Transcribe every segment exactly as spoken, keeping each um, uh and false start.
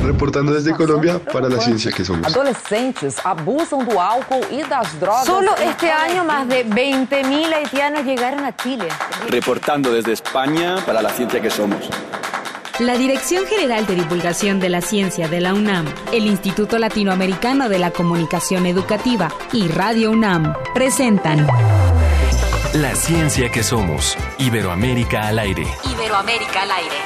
Reportando desde Colombia para la ciencia que somos. Adolescentes abusan do álcool y das drogas. Solo este año más de veinte mil haitianos llegaron a Chile. Reportando desde España para la ciencia que somos. La Dirección General de Divulgación de la Ciencia de la UNAM, el Instituto Latinoamericano de la Comunicación Educativa y Radio UNAM presentan La Ciencia que Somos. Iberoamérica al aire. Iberoamérica al aire.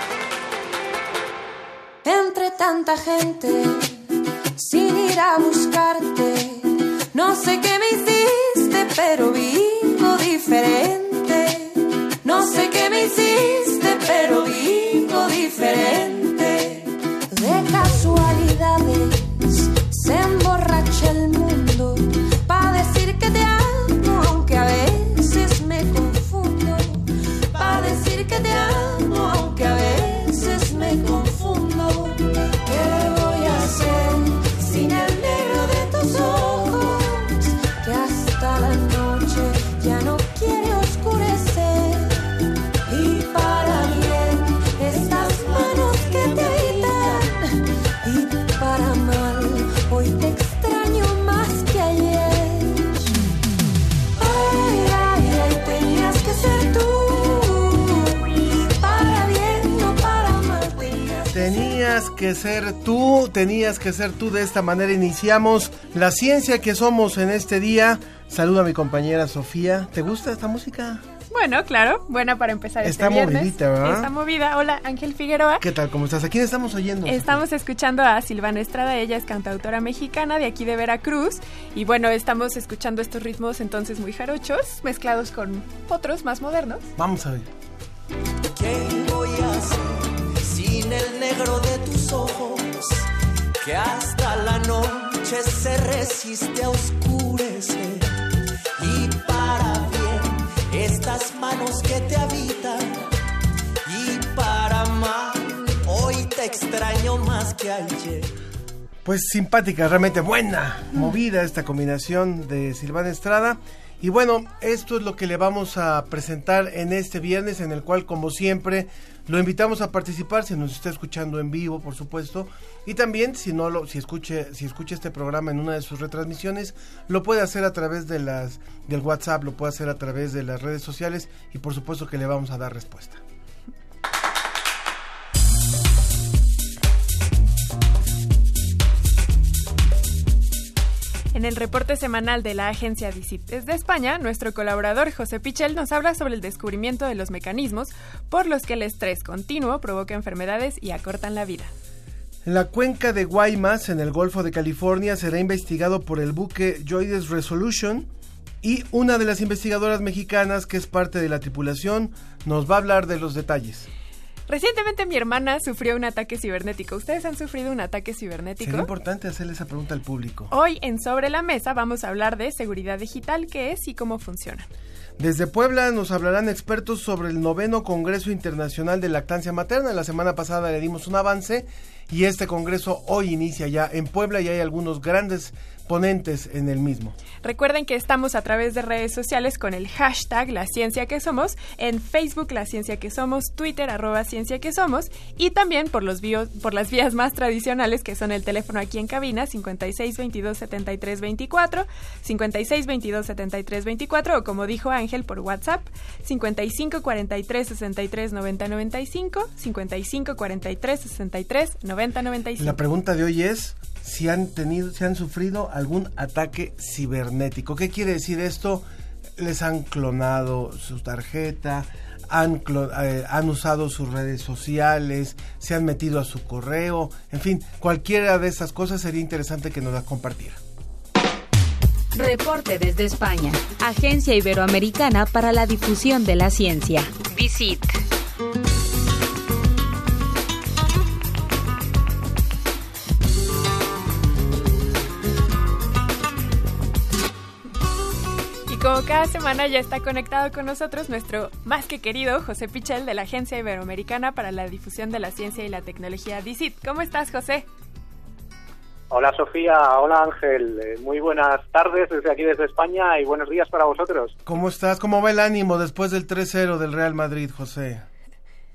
Entre tanta gente, sin ir a buscarte, no sé qué me hiciste, pero vivo diferente. No sé qué me hiciste, pero vivo diferente. De casualidades se emborracha el mundo pa' decir que te amo, aunque a veces me confundo. Pa' decir que te amo, aunque a veces me confundo. ¿Qué voy a hacer sin el negro de tus ojos? Que hasta la noche ya no quiere oscurecer. Y para bien, estas manos que te habitan. Y para mal, hoy te extraño más que ayer. Ay, ay, ay, tenías que ser tú. Para bien, no para mal. Tenías, Tenías que ser tú, tenías que ser tú. De esta manera iniciamos la ciencia que somos en este día. Saludo a mi compañera Sofía. ¿Te gusta esta música? Bueno, claro, buena para empezar Está este viernes. movidita, ¿verdad? Está movida. Hola, Ángel Figueroa. ¿Qué tal? ¿Cómo estás? ¿A quién estamos oyendo? Estamos escuchando a Silvana Estrada, ella es cantautora mexicana de aquí de Veracruz. Y bueno, estamos escuchando estos ritmos entonces muy jarochos, mezclados con otros más modernos. Vamos a ver. ¿Qué voy a hacer sin el negro de tus ojos? Que hasta la noche se resiste a oscurecer. Y para bien, estas manos que te habitan. Y para mal, hoy te extraño más que ayer. Pues simpática, realmente buena, movida esta combinación de Silvana Estrada. Y bueno, esto es lo que le vamos a presentar en este viernes, en el cual, como siempre, lo invitamos a participar, si nos está escuchando en vivo, por supuesto, y también si no lo, si escuche, si escucha este programa en una de sus retransmisiones, lo puede hacer a través de las, del WhatsApp, lo puede hacer a través de las redes sociales, y por supuesto que le vamos a dar respuesta. En el reporte semanal de la agencia DICIT desde España, nuestro colaborador José Pichel nos habla sobre el descubrimiento de los mecanismos por los que el estrés continuo provoca enfermedades y acortan la vida. La cuenca de Guaymas, en el Golfo de California, será investigado por el buque JOIDES Resolution, y una de las investigadoras mexicanas, que es parte de la tripulación, nos va a hablar de los detalles. Recientemente mi hermana sufrió un ataque cibernético. ¿Ustedes han sufrido un ataque cibernético? Sería importante hacerle esa pregunta al público. Hoy en Sobre la Mesa vamos a hablar de seguridad digital, qué es y cómo funciona. Desde Puebla nos hablarán expertos sobre el noveno Congreso Internacional de Lactancia Materna. La semana pasada le dimos un avance y este congreso hoy inicia ya en Puebla y hay algunos grandes ponentes en el mismo. Recuerden que estamos a través de redes sociales con el hashtag La Ciencia que Somos, en Facebook La Ciencia que Somos, Twitter arroba Ciencia que Somos y también por los bios, por las vías más tradicionales que son el teléfono aquí en cabina cincuenta y seis veintidós setenta y tres veinticuatro, cincuenta y seis veintidós setenta y tres veinticuatro o como dijo Ángel por WhatsApp cincuenta y cinco cuarenta y tres sesenta y tres noventa noventa y cinco, cincuenta y cinco cuarenta y tres sesenta y tres noventa noventa y cinco. La pregunta de hoy es si han tenido, si han sufrido algún ataque cibernético. ¿Qué quiere decir esto? Les han clonado su tarjeta, han, clon, eh, han usado sus redes sociales, se han metido a su correo, en fin, cualquiera de esas cosas sería interesante que nos las compartiera. Reporte desde España, Agencia Iberoamericana para la Difusión de la Ciencia, DICIT. Como cada semana ya está conectado con nosotros nuestro más que querido José Pichel de la Agencia Iberoamericana para la Difusión de la Ciencia y la Tecnología DICIT. ¿Cómo estás, José? Hola, Sofía. Hola, Ángel. Eh, muy buenas tardes desde aquí, desde España, y buenos días para vosotros. ¿Cómo estás? ¿Cómo va el ánimo después del tres cero del Real Madrid, José?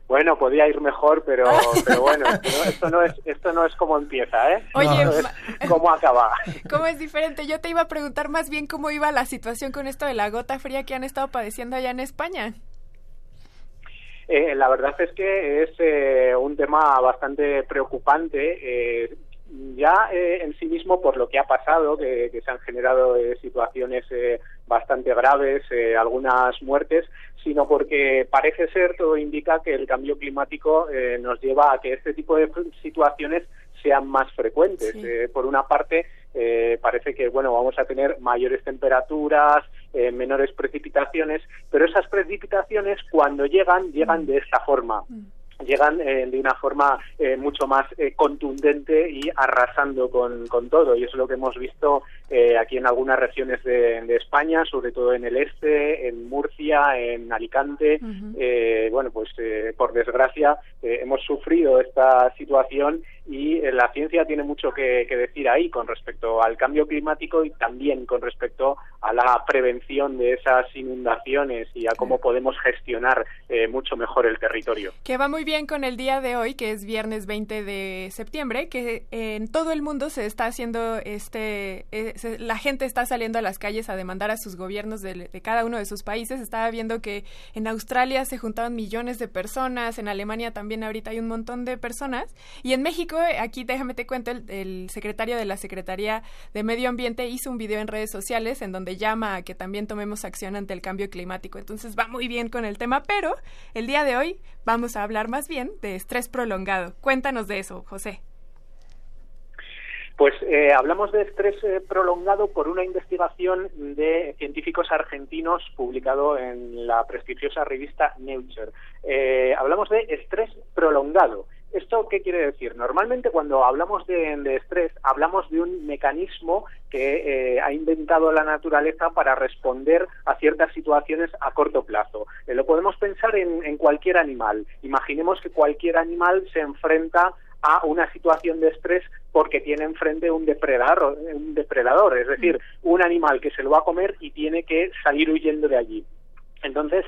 Bueno, podía ir mejor, pero, pero bueno, esto, esto no es esto no es como empieza, ¿eh? Oye, esto es cómo acaba. ¿Cómo es diferente? Yo te iba a preguntar más bien cómo iba la situación con esto de la gota fría que han estado padeciendo allá en España. Eh, la verdad es que es eh, un tema bastante preocupante, eh, ya eh, en sí mismo por lo que ha pasado, que, que se han generado eh, situaciones eh, bastante graves, eh, algunas muertes, sino porque parece ser, todo indica que el cambio climático eh, nos lleva a que este tipo de situaciones sean más frecuentes. Sí. Eh, por una parte, eh, parece que bueno vamos a tener mayores temperaturas, eh, menores precipitaciones, pero esas precipitaciones cuando llegan, llegan de esta forma. llegan eh, de una forma eh, mucho más eh, contundente y arrasando con, con todo, y eso es lo que hemos visto eh, aquí en algunas regiones de, de España, sobre todo en el este, en Murcia, en Alicante. Uh-huh. eh, bueno, pues eh, por desgracia eh, hemos sufrido esta situación y eh, la ciencia tiene mucho que, que decir ahí con respecto al cambio climático y también con respecto a la prevención de esas inundaciones y a cómo podemos gestionar eh, mucho mejor el territorio. Que va muy bien con el día de hoy, que es viernes veinte de septiembre, que en todo el mundo se está haciendo este, eh, se, la gente está saliendo a las calles a demandar a sus gobiernos de, de cada uno de sus países. Estaba viendo que en Australia se juntaban millones de personas, en Alemania también ahorita hay un montón de personas, y en México, aquí déjame te cuento, el, el secretario de la Secretaría de Medio Ambiente hizo un video en redes sociales en donde llama a que también tomemos acción ante el cambio climático. Entonces va muy bien con el tema, pero el día de hoy vamos a hablar más bien de estrés prolongado. Cuéntanos de eso, José. Pues eh, hablamos de estrés eh, prolongado por una investigación de científicos argentinos publicado en la prestigiosa revista Nature. Eh, hablamos de estrés prolongado. ¿Esto qué quiere decir? Normalmente cuando hablamos de, de estrés hablamos de un mecanismo que eh, ha inventado la naturaleza para responder a ciertas situaciones a corto plazo. Eh, lo podemos pensar en, en cualquier animal. Imaginemos que cualquier animal se enfrenta a una situación de estrés porque tiene enfrente un depredador, un depredador, es decir, un animal que se lo va a comer y tiene que salir huyendo de allí. Entonces,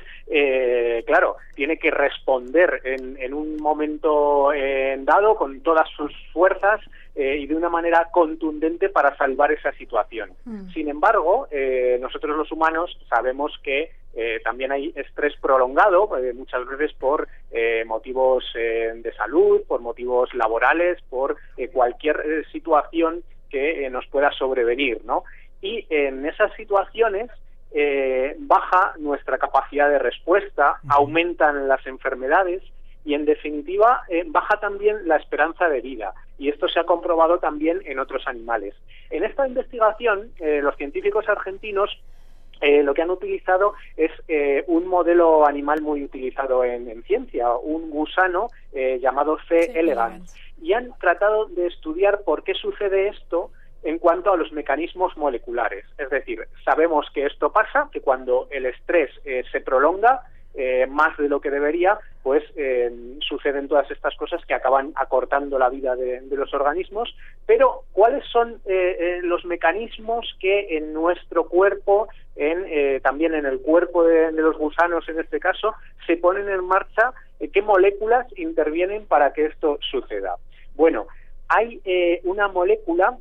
eh, claro, tiene que responder en, en un momento eh, dado con todas sus fuerzas eh, y de una manera contundente para salvar esa situación. Mm. Sin embargo, eh, nosotros los humanos sabemos que eh, también hay estrés prolongado, eh, muchas veces por eh, motivos eh, de salud, por motivos laborales, por eh, cualquier eh, situación que eh, nos pueda sobrevenir, ¿no? Y en esas situaciones Eh, baja nuestra capacidad de respuesta, uh-huh. aumentan las enfermedades y, en definitiva, eh, baja también la esperanza de vida. Y esto se ha comprobado también en otros animales. En esta investigación, eh, los científicos argentinos eh, lo que han utilizado es eh, un modelo animal muy utilizado en, en ciencia, un gusano eh, llamado C. Sí, elegans. Y han tratado de estudiar por qué sucede esto en cuanto a los mecanismos moleculares. Es decir, sabemos que esto pasa, que cuando el estrés eh, se prolonga eh, más de lo que debería, pues eh, suceden todas estas cosas que acaban acortando la vida de, de los organismos. Pero, ¿cuáles son eh, eh, los mecanismos que en nuestro cuerpo, en, eh, también en el cuerpo de, de los gusanos en este caso, se ponen en marcha? Eh, ¿Qué moléculas intervienen para que esto suceda? Bueno, hay eh, una molécula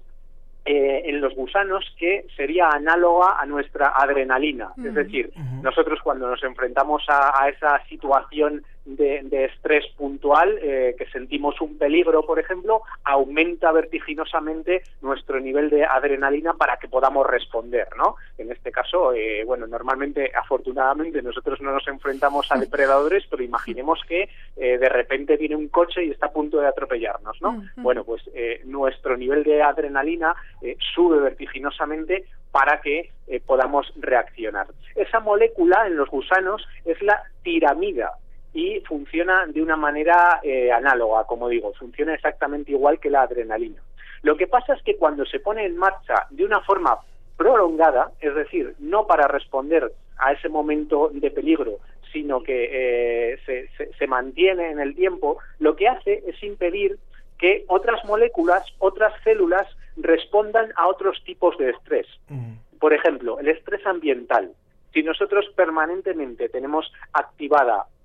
Eh, en los gusanos que sería análoga a nuestra adrenalina. Uh-huh. Es decir, uh-huh. nosotros cuando nos enfrentamos a, a esa situación de, de estrés puntual, eh, que sentimos un peligro, por ejemplo, aumenta vertiginosamente nuestro nivel de adrenalina para que podamos responder, ¿no? En este caso, eh, bueno, normalmente, afortunadamente, nosotros no nos enfrentamos a depredadores, pero imaginemos que eh, de repente viene un coche y está a punto de atropellarnos, ¿no? Uh-huh. Bueno, pues eh, nuestro nivel de adrenalina Eh, sube vertiginosamente para que eh, podamos reaccionar. Esa molécula en los gusanos es la tiramida y funciona de una manera eh, análoga, como digo, funciona exactamente igual que la adrenalina. Lo que pasa es que cuando se pone en marcha de una forma prolongada, es decir, no para responder a ese momento de peligro, sino que eh, se, se, se mantiene en el tiempo, lo que hace es impedir que otras moléculas, otras células respondan a otros tipos de estrés. Mm. Por ejemplo, el estrés ambiental. Si nosotros permanentemente tenemos activada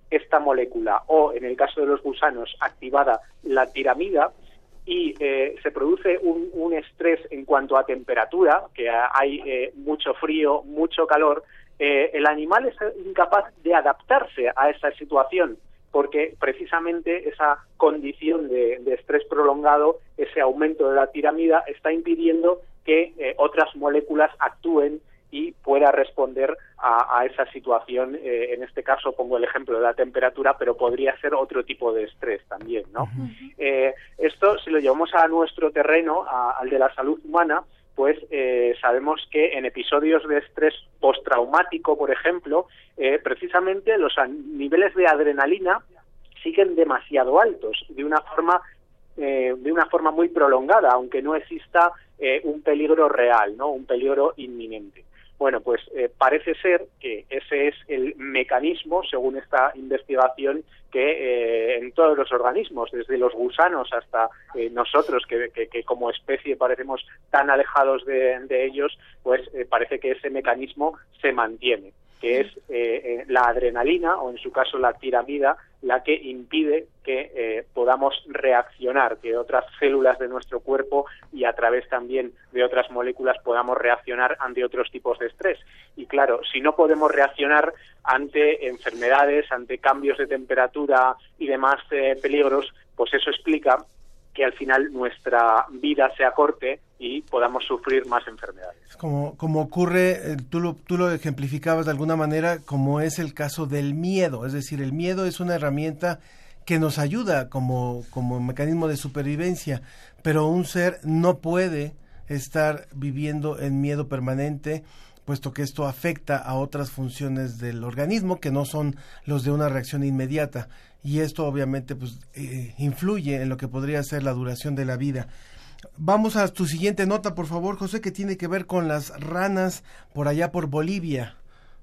esta molécula, o en el caso de los gusanos, activada la tiramida, y eh, se produce un, un estrés en cuanto a temperatura, que hay eh, mucho frío, mucho calor, eh, el animal es incapaz de adaptarse a esa situación, porque precisamente esa condición de, de estrés prolongado, ese aumento de la tiramida, está impidiendo que eh, otras moléculas actúen y pueda responder a, a esa situación. Eh, en este caso pongo el ejemplo de la temperatura, pero podría ser otro tipo de estrés también, ¿no? Uh-huh. Eh, esto, si lo llevamos a nuestro terreno, a, al de la salud humana, pues eh, sabemos que en episodios de estrés postraumático, por ejemplo, eh, precisamente los niveles de adrenalina siguen demasiado altos, de una forma eh, de una forma muy prolongada, aunque no exista eh, un peligro real, ¿no? Un peligro inminente. Bueno, pues eh, parece ser que ese es el mecanismo, según esta investigación, que eh, en todos los organismos, desde los gusanos hasta eh, nosotros, que, que, que como especie parecemos tan alejados de, de ellos, pues eh, parece que ese mecanismo se mantiene, que es eh, eh, la adrenalina, o en su caso la tiramida, la que impide que eh, podamos reaccionar, que otras células de nuestro cuerpo y a través también de otras moléculas podamos reaccionar ante otros tipos de estrés. Y claro, si no podemos reaccionar ante enfermedades, ante cambios de temperatura y demás eh, peligros, pues eso explica que al final nuestra vida se acorte y podamos sufrir más enfermedades. Como, como ocurre, eh, tú, lo, tú lo ejemplificabas de alguna manera, como es el caso del miedo. Es decir, el miedo es una herramienta que nos ayuda como, como mecanismo de supervivencia, pero un ser no puede estar viviendo en miedo permanente, puesto que esto afecta a otras funciones del organismo que no son los de una reacción inmediata, y esto obviamente pues eh, influye en lo que podría ser la duración de la vida. Vamos a tu siguiente nota, por favor, José, que tiene que ver con las ranas por allá por Bolivia.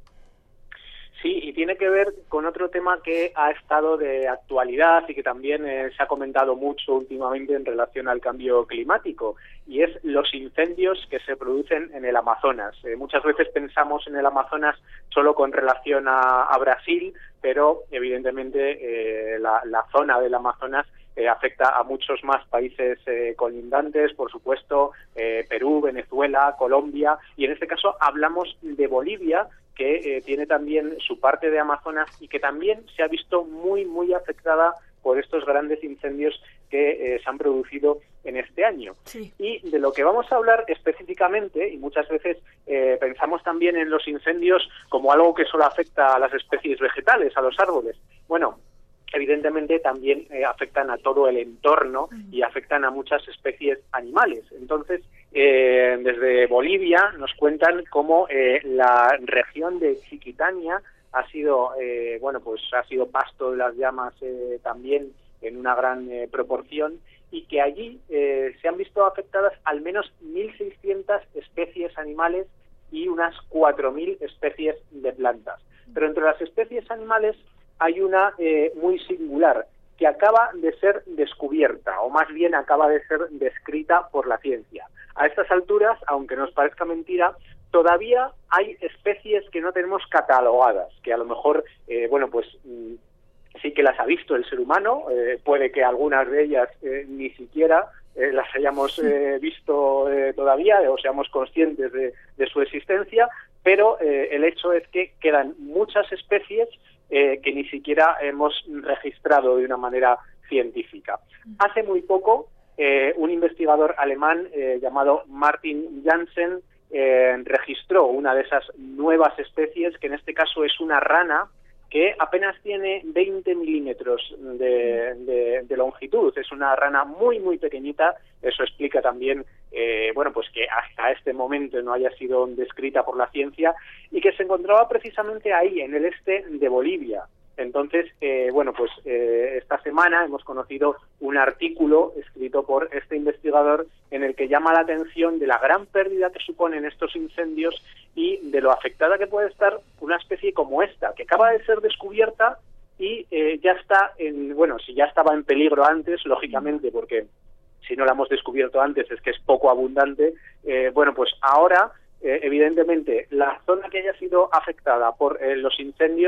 Sí, y tiene que ver con otro tema que ha estado de actualidad y que también eh, se ha comentado mucho últimamente en relación al cambio climático, y es los incendios que se producen en el Amazonas. Eh, muchas veces pensamos en el Amazonas solo con relación a, a Brasil, pero evidentemente eh, la, la zona del Amazonas eh, afecta a muchos más países eh, colindantes, por supuesto, eh, Perú, Venezuela, Colombia, y en este caso hablamos de Bolivia, que eh, tiene también su parte de Amazonas y que también se ha visto muy, muy afectada por estos grandes incendios que eh, se han producido en este año. Sí. Y de lo que vamos a hablar específicamente, y muchas veces eh, pensamos también en los incendios como algo que solo afecta a las especies vegetales, a los árboles. Bueno, evidentemente también eh, afectan a todo el entorno y afectan a muchas especies animales. Entonces, eh, desde Bolivia nos cuentan cómo eh, la región de Chiquitania ha sido, eh, bueno, pues ha sido pasto de las llamas eh, también en una gran eh, proporción, y que allí eh, se han visto afectadas al menos mil seiscientas especies animales y unas cuatro mil especies de plantas. Pero entre las especies animales hay una eh, muy singular, que acaba de ser descubierta, o más bien acaba de ser descrita por la ciencia. A estas alturas, aunque nos parezca mentira, todavía hay especies que no tenemos catalogadas, que a lo mejor, eh, bueno, pues mm, sí que las ha visto el ser humano, eh, puede que algunas de ellas eh, ni siquiera eh, las hayamos eh, visto eh, todavía, o seamos conscientes de, de su existencia, pero eh, el hecho es que quedan muchas especies eh, que ni siquiera hemos registrado de una manera científica. Hace muy poco, eh, un investigador alemán eh, llamado Martin Jansen eh, registró una de esas nuevas especies, que en este caso es una rana que apenas tiene veinte milímetros de, de, de longitud. Es una rana muy, muy pequeñita. Eso explica también, eh, bueno, pues que hasta este momento no haya sido descrita por la ciencia y que se encontraba precisamente ahí, en el este de Bolivia. Entonces, eh, bueno, pues eh, esta semana hemos conocido un artículo escrito por este investigador en el que llama la atención de la gran pérdida que suponen estos incendios y de lo afectada que puede estar una especie como esta, que acaba de ser descubierta y eh, ya está en, bueno, si ya estaba en peligro antes, lógicamente, porque si no la hemos descubierto antes es que es poco abundante, eh, bueno, pues ahora, eh, evidentemente, la zona que haya sido afectada por eh, los incendios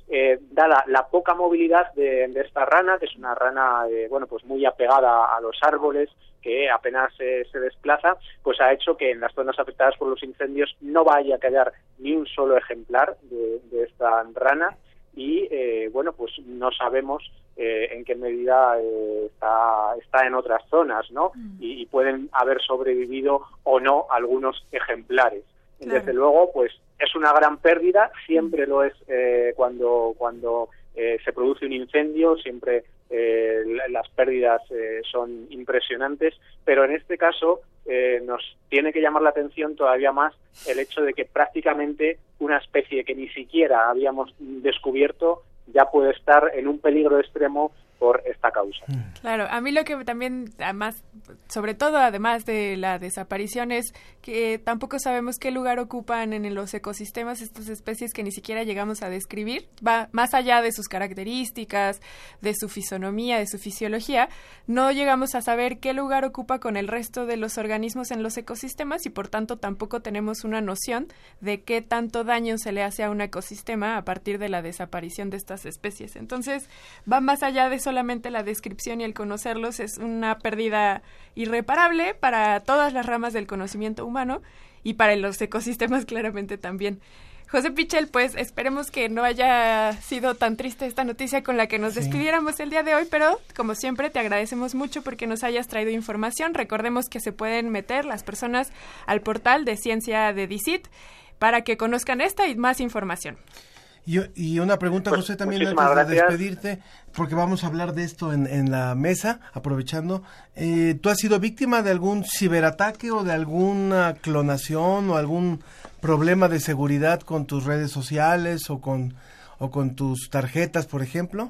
eh, dada la poca movilidad de, de esta rana, que es una rana eh, bueno pues muy apegada a los árboles, que apenas eh, se desplaza, pues ha hecho que en las zonas afectadas por los incendios no vaya a quedar ni un solo ejemplar de, de esta rana. Y, eh, bueno, pues no sabemos eh, en qué medida eh, está, está en otras zonas, ¿no? Mm. Y, y pueden haber sobrevivido o no algunos ejemplares. Claro. Desde luego, pues es una gran pérdida, siempre mm. lo es eh, cuando, cuando eh, se produce un incendio, siempre eh, las pérdidas eh, son impresionantes, pero en este caso eh, nos tiene que llamar la atención todavía más el hecho de que prácticamente una especie que ni siquiera habíamos descubierto ya puede estar en un peligro extremo por esta causa. Claro, a mí lo que también, además, sobre todo además de la desaparición, es que tampoco sabemos qué lugar ocupan en los ecosistemas estas especies que ni siquiera llegamos a describir. Va más allá de sus características, de su fisonomía, de su fisiología, no llegamos a saber qué lugar ocupa con el resto de los organismos en los ecosistemas y por tanto tampoco tenemos una noción de qué tanto daño se le hace a un ecosistema a partir de la desaparición de estas especies. Entonces, va más allá de solamente la descripción y el conocerlos, es una pérdida irreparable para todas las ramas del conocimiento humano y para los ecosistemas claramente también. José Pichel, pues esperemos que no haya sido tan triste esta noticia con la que nos sí. despidiéramos el día de hoy, pero como siempre te agradecemos mucho porque nos hayas traído información. Recordemos que se pueden meter las personas al portal de Ciencia de DICIT para que conozcan esta y más información. Y, y una pregunta, pues, José, también antes gracias. de despedirte, porque vamos a hablar de esto en, en la mesa, aprovechando. Eh, ¿Tú has sido víctima de algún ciberataque o de alguna clonación o algún problema de seguridad con tus redes sociales o con, o con tus tarjetas, por ejemplo?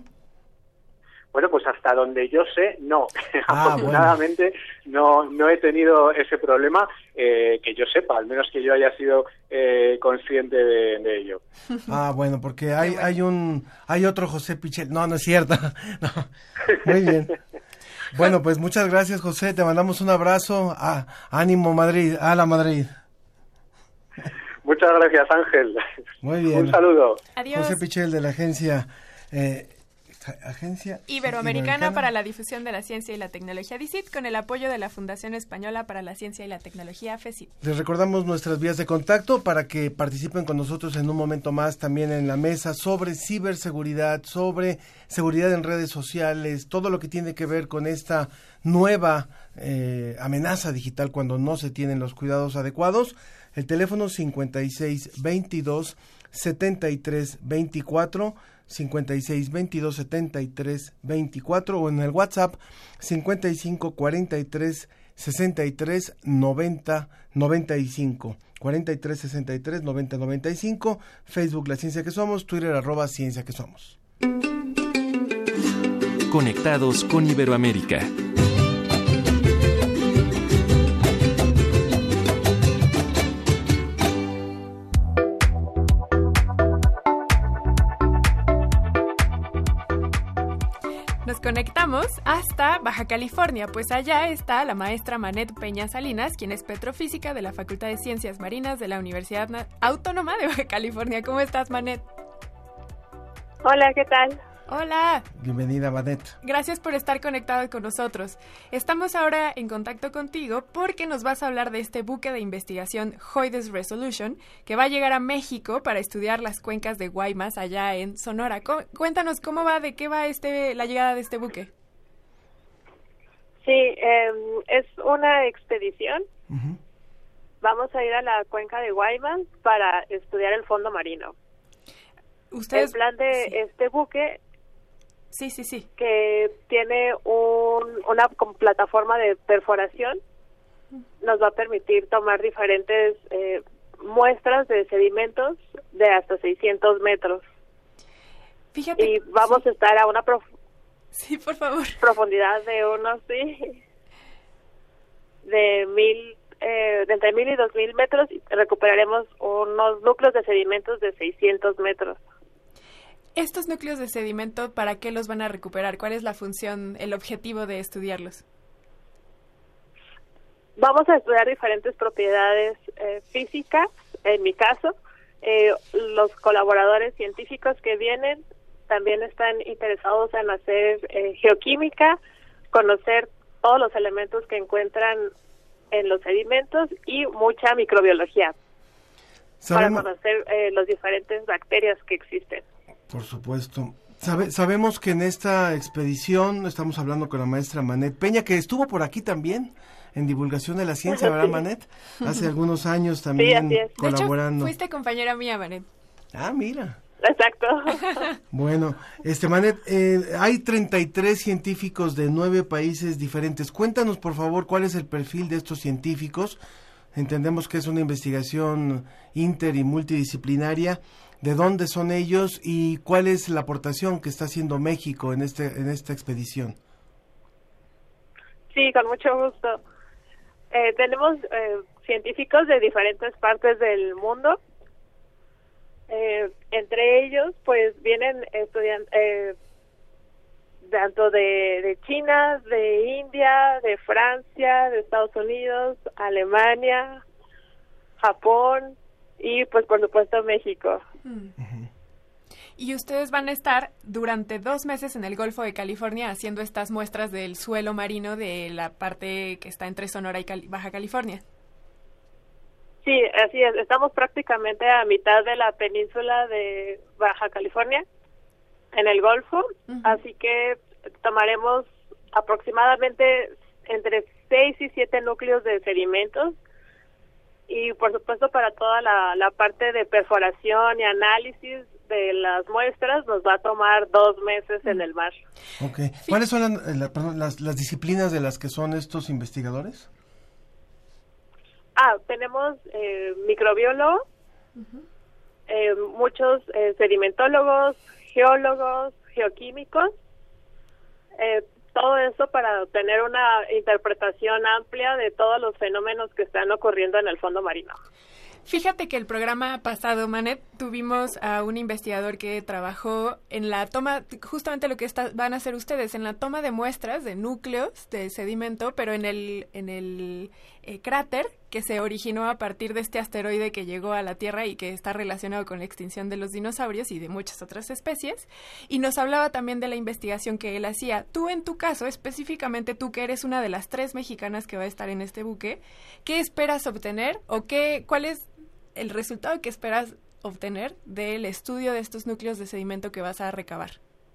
Bueno, pues hasta donde yo sé, no. Ah, Afortunadamente bueno. no no he tenido ese problema, eh, que yo sepa, al menos que yo haya sido eh, consciente de, de ello. Ah, bueno, porque hay bueno. hay un hay otro José Pichel. No, no es cierto. No. Muy bien. Bueno, pues muchas gracias, José. Te mandamos un abrazo. Ah, ánimo Madrid, a la Madrid. Muchas gracias, Ángel. Muy bien. Un saludo. Adiós. José Pichel de la agencia eh, Agencia Iberoamericana, Iberoamericana para la Difusión de la Ciencia y la Tecnología DICIT, con el apoyo de la Fundación Española para la Ciencia y la Tecnología FECIT. Les recordamos nuestras vías de contacto para que participen con nosotros en un momento más también en la mesa sobre ciberseguridad, sobre seguridad en redes sociales, todo lo que tiene que ver con esta nueva eh, amenaza digital cuando no se tienen los cuidados adecuados. El teléfono cincuenta y seis veintidós setenta y tres veinticuatro, cincuenta y seis veintidós setenta y tres veinticuatro, o en el WhatsApp cincuenta y cinco cuarenta y tres sesenta y tres noventa noventa y cinco, cuarenta y tres sesenta y tres noventa noventa y cinco, Facebook La Ciencia que Somos, Twitter arroba Ciencia que Somos. Conectados con Iberoamérica. Nos conectamos hasta Baja California, pues allá está la maestra Manet Peña Salinas, quien es petrofísica de la Facultad de Ciencias Marinas de la Universidad Autónoma de Baja California. ¿Cómo estás, Manet? Hola, ¿qué tal? Hola. Bienvenida, Manet. Gracias por estar conectado con nosotros. Estamos ahora en contacto contigo porque nos vas a hablar de este buque de investigación JOIDES Resolution que va a llegar a México para estudiar las cuencas de Guaymas allá en Sonora. Cuéntanos cómo va, de qué va este la llegada de este buque. Sí, eh, es una expedición. Uh-huh. Vamos a ir a la cuenca de Guaymas para estudiar el fondo marino. ¿Ustedes? El plan de sí. este buque... Sí, sí, sí. Que tiene un, una plataforma de perforación, nos va a permitir tomar diferentes eh, muestras de sedimentos de hasta seiscientos metros. Fíjate. Y vamos sí. a estar a una prof sí, por favor. profundidad de unos, sí, de mil, eh, de entre mil y dos mil metros, y recuperaremos unos núcleos de sedimentos de seiscientos metros. ¿Estos núcleos de sedimento para qué los van a recuperar? ¿Cuál es la función, el objetivo de estudiarlos? Vamos a estudiar diferentes propiedades eh, físicas, en mi caso, Eh, los colaboradores científicos que vienen también están interesados en hacer eh, geoquímica, conocer todos los elementos que encuentran en los sedimentos y mucha microbiología Sabemos, para conocer eh, las diferentes bacterias que existen. Por supuesto. Sabe, sabemos que en esta expedición estamos hablando con la maestra Manet Peña, que estuvo por aquí también en divulgación de la ciencia, ¿verdad, Manet? Hace algunos años también sí, así es. colaborando. De hecho, fuiste compañera mía, Manet. Ah, mira. Exacto. Bueno, este Manet, eh, hay treinta y tres científicos de nueve países diferentes. Cuéntanos, por favor, cuál es el perfil de estos científicos. Entendemos que es una investigación inter y multidisciplinaria. ¿De dónde son ellos y cuál es la aportación que está haciendo México en este en esta expedición? Sí, con mucho gusto. Eh, tenemos eh, científicos de diferentes partes del mundo. Eh, entre ellos, pues, vienen estudiantes eh, tanto de, de China, de India, de Francia, de Estados Unidos, Alemania, Japón y, pues, por supuesto, México. Mm. Uh-huh. Y ustedes van a estar durante dos meses en el Golfo de California haciendo estas muestras del suelo marino de la parte que está entre Sonora y Cali- Baja California. Sí, así es. Estamos prácticamente a mitad de la península de Baja California, en el Golfo, uh-huh. Así que tomaremos aproximadamente entre seis y siete núcleos de sedimentos y, por supuesto, para toda la, la parte de perforación y análisis de las muestras nos va a tomar dos meses en el mar. Okay. ¿Cuáles son la, la, perdón, las, las disciplinas de las que son estos investigadores? Ah, tenemos eh, microbiólogos, uh-huh. eh, muchos eh, sedimentólogos, geólogos, geoquímicos, eh, todo eso para obtener una interpretación amplia de todos los fenómenos que están ocurriendo en el fondo marino. Fíjate que el programa pasado, Manet, tuvimos a un investigador que trabajó en la toma, justamente lo que está, van a hacer ustedes, en la toma de muestras de núcleos de sedimento, pero en el, en el eh, cráter que se originó a partir de este asteroide que llegó a la Tierra y que está relacionado con la extinción de los dinosaurios y de muchas otras especies. Y nos hablaba también de la investigación que él hacía. Tú, en tu caso, específicamente tú, que eres una de las tres mexicanas que va a estar en este buque, ¿qué esperas obtener o qué, cuál es el resultado que esperas obtener del estudio de estos núcleos de sedimento que vas a recabar?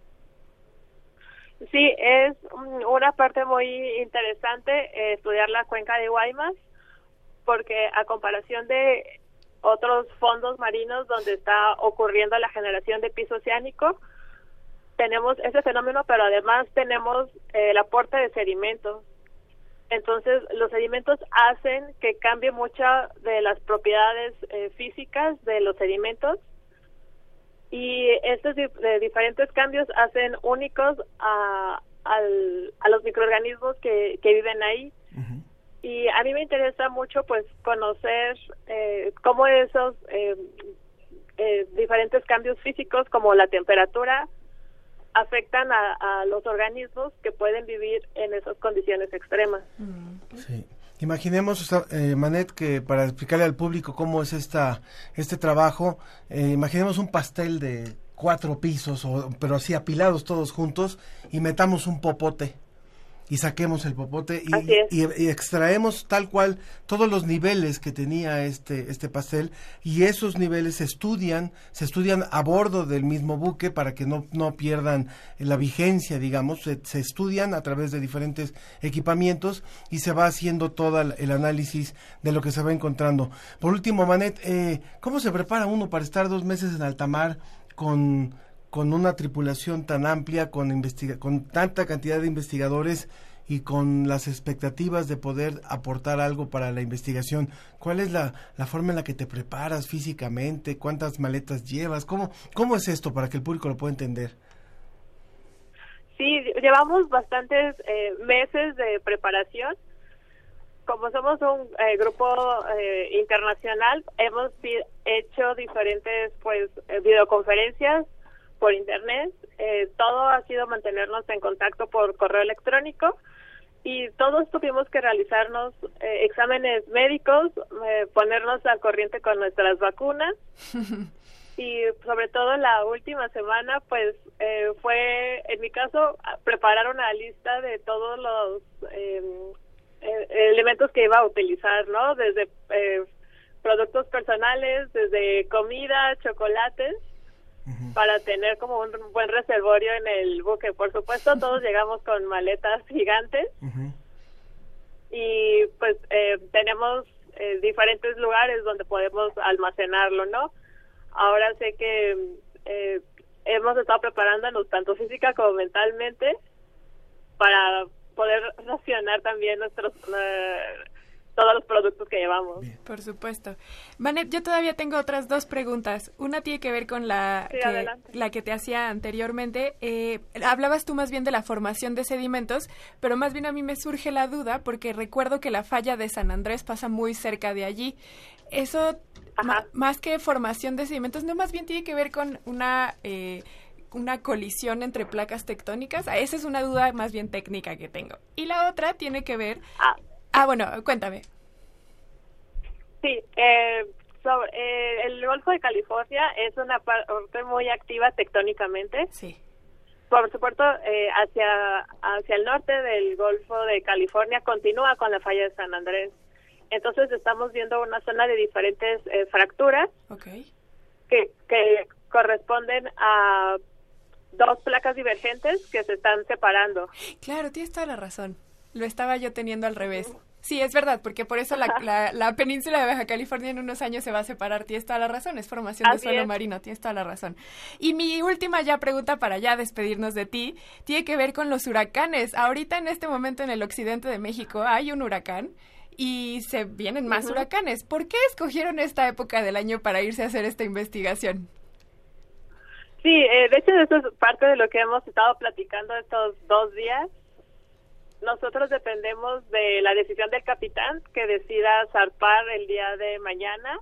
Sí, es una parte muy interesante eh, estudiar la cuenca de Guaymas, porque a comparación de otros fondos marinos donde está ocurriendo la generación de piso oceánico, tenemos ese fenómeno, pero además tenemos eh, el aporte de sedimentos. Entonces, los sedimentos hacen que cambie muchas de las propiedades eh, físicas de los sedimentos y estos di- de diferentes cambios hacen únicos a, al, a los microorganismos que, que viven ahí. Uh-huh. Y a mí me interesa mucho, pues, conocer eh, cómo esos eh, eh, diferentes cambios físicos, como la temperatura, afectan a, a los organismos que pueden vivir en esas condiciones extremas. Sí. Imaginemos, eh, Manet, que para explicarle al público cómo es esta este trabajo, eh, imaginemos un pastel de cuatro pisos, o, pero así apilados todos juntos, y metamos un popote. Y saquemos el popote y, y, y extraemos tal cual todos los niveles que tenía este este pastel, y esos niveles se estudian, se estudian a bordo del mismo buque para que no, no pierdan la vigencia, digamos, se, se estudian a través de diferentes equipamientos y se va haciendo todo el análisis de lo que se va encontrando. Por último, Manet, eh, ¿cómo se prepara uno para estar dos meses en alta mar con... con una tripulación tan amplia, con investiga- con tanta cantidad de investigadores y con las expectativas de poder aportar algo para la investigación? ¿Cuál es la, la forma en la que te preparas físicamente? ¿Cuántas maletas llevas? ¿Cómo, cómo es esto para que el público lo pueda entender? Sí, llevamos bastantes eh, meses de preparación. Como somos un eh, grupo eh, internacional, hemos hecho diferentes pues eh, videoconferencias por internet. Eh, todo ha sido mantenernos en contacto por correo electrónico y todos tuvimos que realizarnos eh, exámenes médicos, eh, ponernos al corriente con nuestras vacunas y sobre todo la última semana pues eh, fue, en mi caso, preparar una lista de todos los eh, eh, elementos que iba a utilizar, ¿no? Desde eh, productos personales, desde comida, chocolates, uh-huh. para tener como un buen reservorio en el buque. Por supuesto, todos llegamos con maletas gigantes uh-huh. y pues eh, tenemos eh, diferentes lugares donde podemos almacenarlo, ¿no? Ahora sé que eh, hemos estado preparándonos tanto física como mentalmente para poder racionar también nuestros... Uh, todos los productos que llevamos. Bien. Por supuesto. Manet, yo todavía tengo otras dos preguntas. Una tiene que ver con la, sí, que, la que te hacía anteriormente. Eh, hablabas tú más bien de la formación de sedimentos, pero más bien a mí me surge la duda porque recuerdo que la falla de San Andrés pasa muy cerca de allí. Eso, ma, más que formación de sedimentos, no, más bien tiene que ver con una... Eh, una colisión entre placas tectónicas. Esa es una duda más bien técnica que tengo. Y la otra tiene que ver... Ah. Ah, bueno, cuéntame. Sí, eh, sobre, eh, el Golfo de California es una parte muy activa tectónicamente. Sí. Por supuesto, eh, hacia hacia el norte del Golfo de California continúa con la falla de San Andrés. Entonces estamos viendo una zona de diferentes eh, fracturas okay. que, que corresponden a dos placas divergentes que se están separando. Claro, tienes toda la razón. Lo estaba yo teniendo al revés. Sí, es verdad, porque por eso la, la, la península de Baja California en unos años se va a separar. Tienes toda la razón, es formación Así de suelo es. marino, tienes toda la razón. Y mi última ya pregunta para ya despedirnos de ti, tiene que ver con los huracanes. Ahorita en este momento en el occidente de México hay un huracán y se vienen más uh-huh. huracanes. ¿Por qué escogieron esta época del año para irse a hacer esta investigación? Sí, eh, de hecho eso es parte de lo que hemos estado platicando estos dos días. Nosotros dependemos de la decisión del capitán que decida zarpar el día de mañana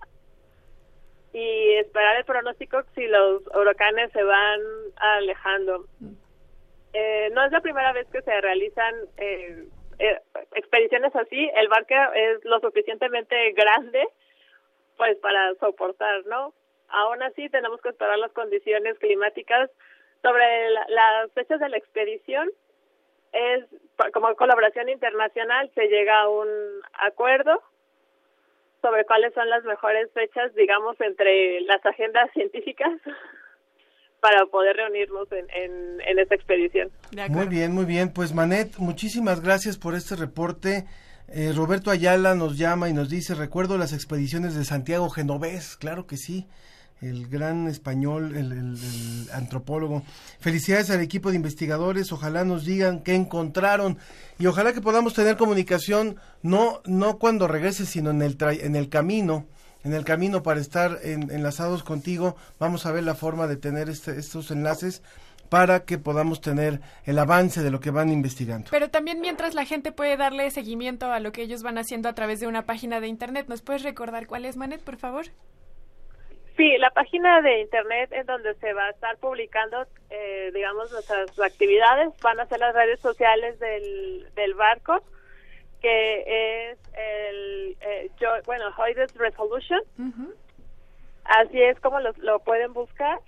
y esperar el pronóstico si los huracanes se van alejando. Eh, no es la primera vez que se realizan eh, eh, expediciones así. El barco es lo suficientemente grande pues para soportar, ¿no? Aún así tenemos que esperar las condiciones climáticas. Sobre la, las fechas de la expedición, es como colaboración internacional se llega a un acuerdo sobre cuáles son las mejores fechas, digamos, entre las agendas científicas para poder reunirnos en, en, en esta expedición. Muy bien, muy bien. Pues Manet, muchísimas gracias por este reporte. Eh, Roberto Ayala nos llama y nos dice, recuerdo las expediciones de Santiago Genovés, claro que sí, el gran español, el, el, el antropólogo. Felicidades al equipo de investigadores, ojalá nos digan qué encontraron y ojalá que podamos tener comunicación, no no cuando regreses, sino en el tra- en el camino, en el camino para estar en, enlazados contigo. Vamos a ver la forma de tener este, estos enlaces para que podamos tener el avance de lo que van investigando. Pero también mientras la gente puede darle seguimiento a lo que ellos van haciendo a través de una página de internet. ¿Nos puedes recordar cuál es, Manet, por favor? Sí, la página de internet en donde se va a estar publicando, eh, digamos, nuestras actividades, van a ser las redes sociales del, del barco, que es el, eh, yo, bueno, Hoydes Resolution. Uh-huh. Así es como lo, lo pueden buscar.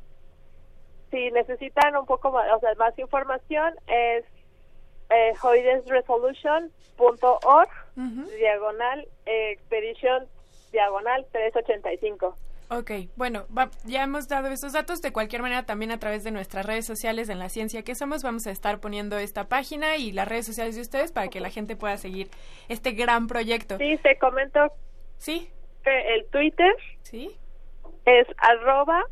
Si necesitan un poco más, o sea, más información, es eh, hoydes resolution punto org, uh-huh. diagonal, eh, expedition, diagonal trescientos ochenta y cinco. Ok, bueno, va, ya hemos dado estos datos. De cualquier manera, también a través de nuestras redes sociales en La Ciencia que Somos, vamos a estar poniendo esta página y las redes sociales de ustedes para que la gente pueda seguir este gran proyecto. Sí, te comento. Sí. Que el Twitter. Sí. Es arroba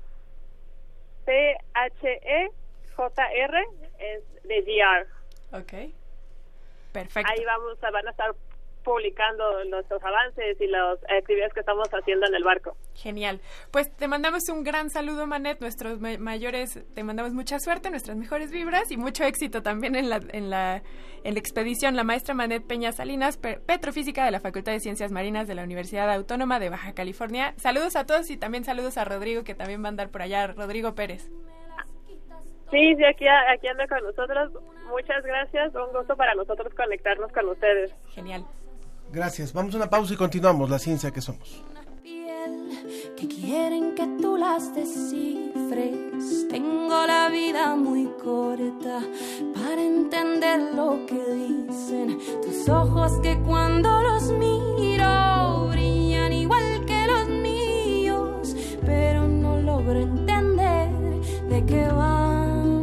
T H E J R, es de G R. Ok, perfecto. Ahí vamos a, van a estar publicando nuestros avances y las actividades que estamos haciendo en el barco. Genial. Pues te mandamos un gran saludo, Manet, nuestros ma- mayores, te mandamos mucha suerte, nuestras mejores vibras y mucho éxito también en la en la, en la expedición. La maestra Manet Peña Salinas, pe- petrofísica de la Facultad de Ciencias Marinas de la Universidad Autónoma de Baja California. Saludos a todos y también saludos a Rodrigo, que también va a andar por allá, Rodrigo Pérez. Sí, sí, aquí, aquí anda con nosotros. Muchas gracias, un gusto para nosotros conectarnos con ustedes. Genial. Gracias, vamos a una pausa y continuamos La Ciencia que Somos. Que quieren que tú las descifres. Tengo la vida muy corta para entender lo que dicen tus ojos, que cuando los miro brillan igual que los míos, pero no logro entender de qué van.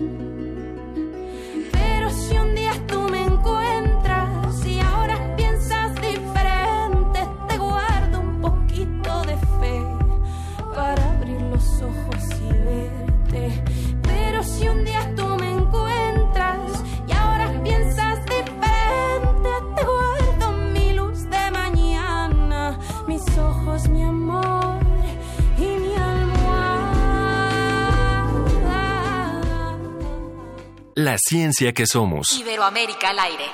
Pero si un día tú me encuentras y ahora piensas diferente, te guardo un poquito de fe para abrir los ojos y verte. Pero si un día tú me encuentras y ahora piensas diferente, te guardo mi luz de mañana, mis ojos, mi amor y mi almohada. La ciencia que somos. Iberoamérica al aire.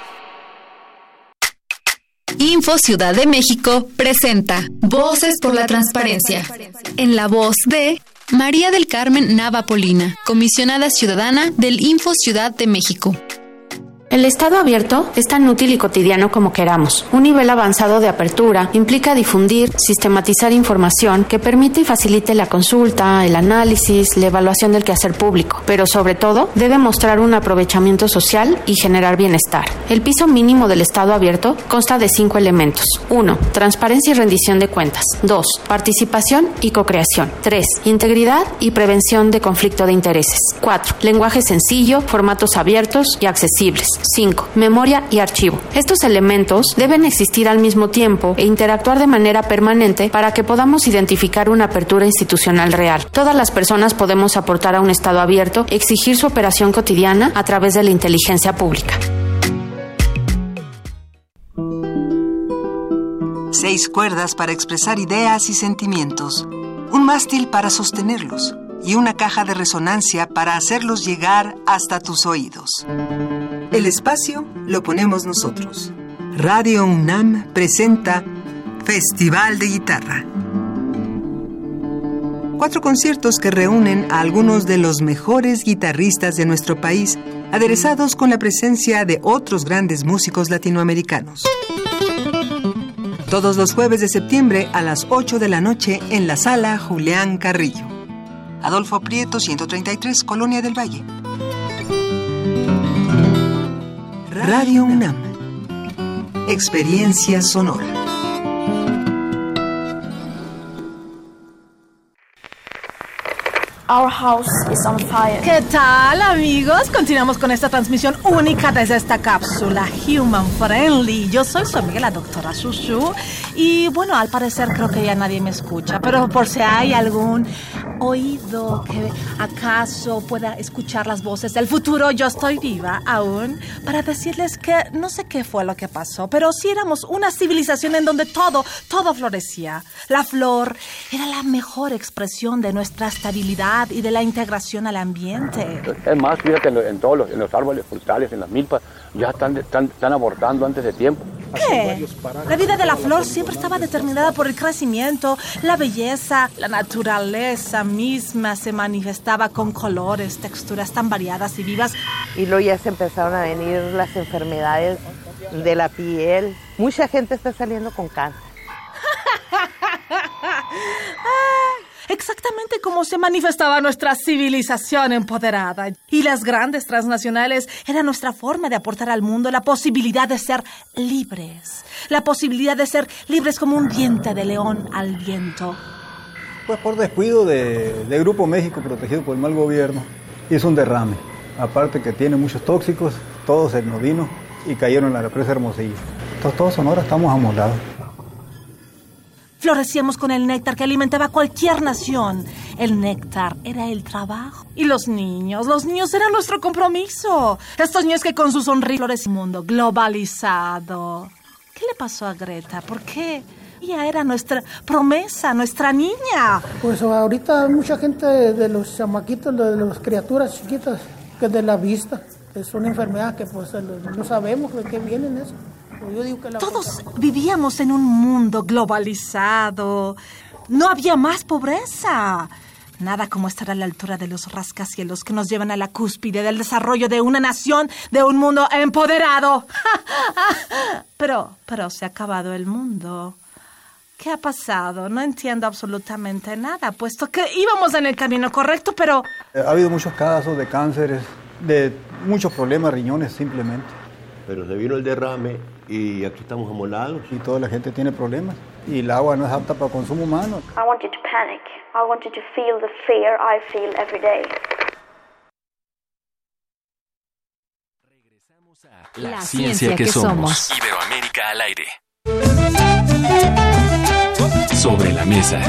Info Ciudad de México presenta Voces por la Transparencia. En la voz de María del Carmen Nava Polina, comisionada ciudadana del Info Ciudad de México. El estado abierto es tan útil y cotidiano como queramos. Un nivel avanzado de apertura implica difundir, sistematizar información que permite y facilite la consulta, el análisis, la evaluación del quehacer público, pero sobre todo debe mostrar un aprovechamiento social y generar bienestar. El piso mínimo del estado abierto consta de cinco elementos. uno. Transparencia y rendición de cuentas. dos. Participación y cocreación. tres. Integridad y prevención de conflicto de intereses. cuatro. Lenguaje sencillo, formatos abiertos y accesibles. cinco. Memoria y archivo. Estos elementos deben existir al mismo tiempo e interactuar de manera permanente para que podamos identificar una apertura institucional real. Todas las personas podemos aportar a un estado abierto, exigir su operación cotidiana a través de la inteligencia pública. Seis cuerdas para expresar ideas y sentimientos, un mástil para sostenerlos y una caja de resonancia para hacerlos llegar hasta tus oídos. El espacio lo ponemos nosotros. Radio UNAM presenta Festival de Guitarra. Cuatro conciertos que reúnen a algunos de los mejores guitarristas de nuestro país, aderezados con la presencia de otros grandes músicos latinoamericanos. Todos los jueves de septiembre a las ocho de la noche en la Sala Julián Carrillo. Adolfo Prieto, ciento treinta y tres, Colonia del Valle. Radio UNAM. Experiencia sonora. Our house is on fire. ¿Qué tal, amigos? Continuamos con esta transmisión única desde esta cápsula Human Friendly. Yo soy su amiga, la doctora Shushu. Y bueno, al parecer creo que ya nadie me escucha, pero por si hay algún oído que acaso pueda escuchar las voces del futuro, yo estoy viva aún para decirles que no sé qué fue lo que pasó, pero sí éramos una civilización en donde todo, todo florecía. La flor era la mejor expresión de nuestra estabilidad y de la integración al ambiente. Es más, fíjate, en, en todos los, en los árboles frutales, en las milpas, ya están, están, están abortando antes de tiempo. ¿Qué? La vida de la flor siempre estaba determinada por el crecimiento, la belleza, la naturaleza misma se manifestaba con colores, texturas tan variadas y vivas. Y luego ya se empezaron a venir las enfermedades de la piel. Mucha gente está saliendo con cáncer. Exactamente como se manifestaba nuestra civilización empoderada. Y las grandes transnacionales eran nuestra forma de aportar al mundo la posibilidad de ser libres. La posibilidad de ser libres como un diente de león al viento. Pues por descuido de, de Grupo México, protegido por el mal gobierno, hizo un derrame. Aparte que tiene muchos tóxicos, todos se nos vino y cayeron en la presa Hermosillo. Entonces todos Sonora estamos amolados. Florecíamos con el néctar que alimentaba cualquier nación. El néctar era el trabajo. Y los niños, los niños eran nuestro compromiso. Estos niños que con su sonrisa florecían un mundo globalizado. ¿Qué le pasó a Greta? ¿Por qué? Ella era nuestra promesa, nuestra niña. Pues ahorita hay mucha gente de los chamaquitos, de las criaturas chiquitas, que es de la vista. Es una enfermedad que pues no sabemos de qué vienen eso. Yo digo que la Todos vivíamos en un mundo globalizado. No había más pobreza. Nada como estar a la altura de los rascacielos que nos llevan a la cúspide del desarrollo de una nación, de un mundo empoderado. Pero, pero se ha acabado el mundo. ¿Qué ha pasado? No entiendo absolutamente nada, puesto que íbamos en el camino correcto, pero... Ha habido muchos casos de cánceres, de muchos problemas, riñones simplemente. Pero se vino el derrame y aquí estamos amolados. Y toda la gente tiene problemas. Y el agua no es apta para consumo humano. I want you to panic. I want you to feel the fear I feel every day. La, la ciencia, ciencia que, que somos. somos. Iberoamérica al aire. Sobre la mesa.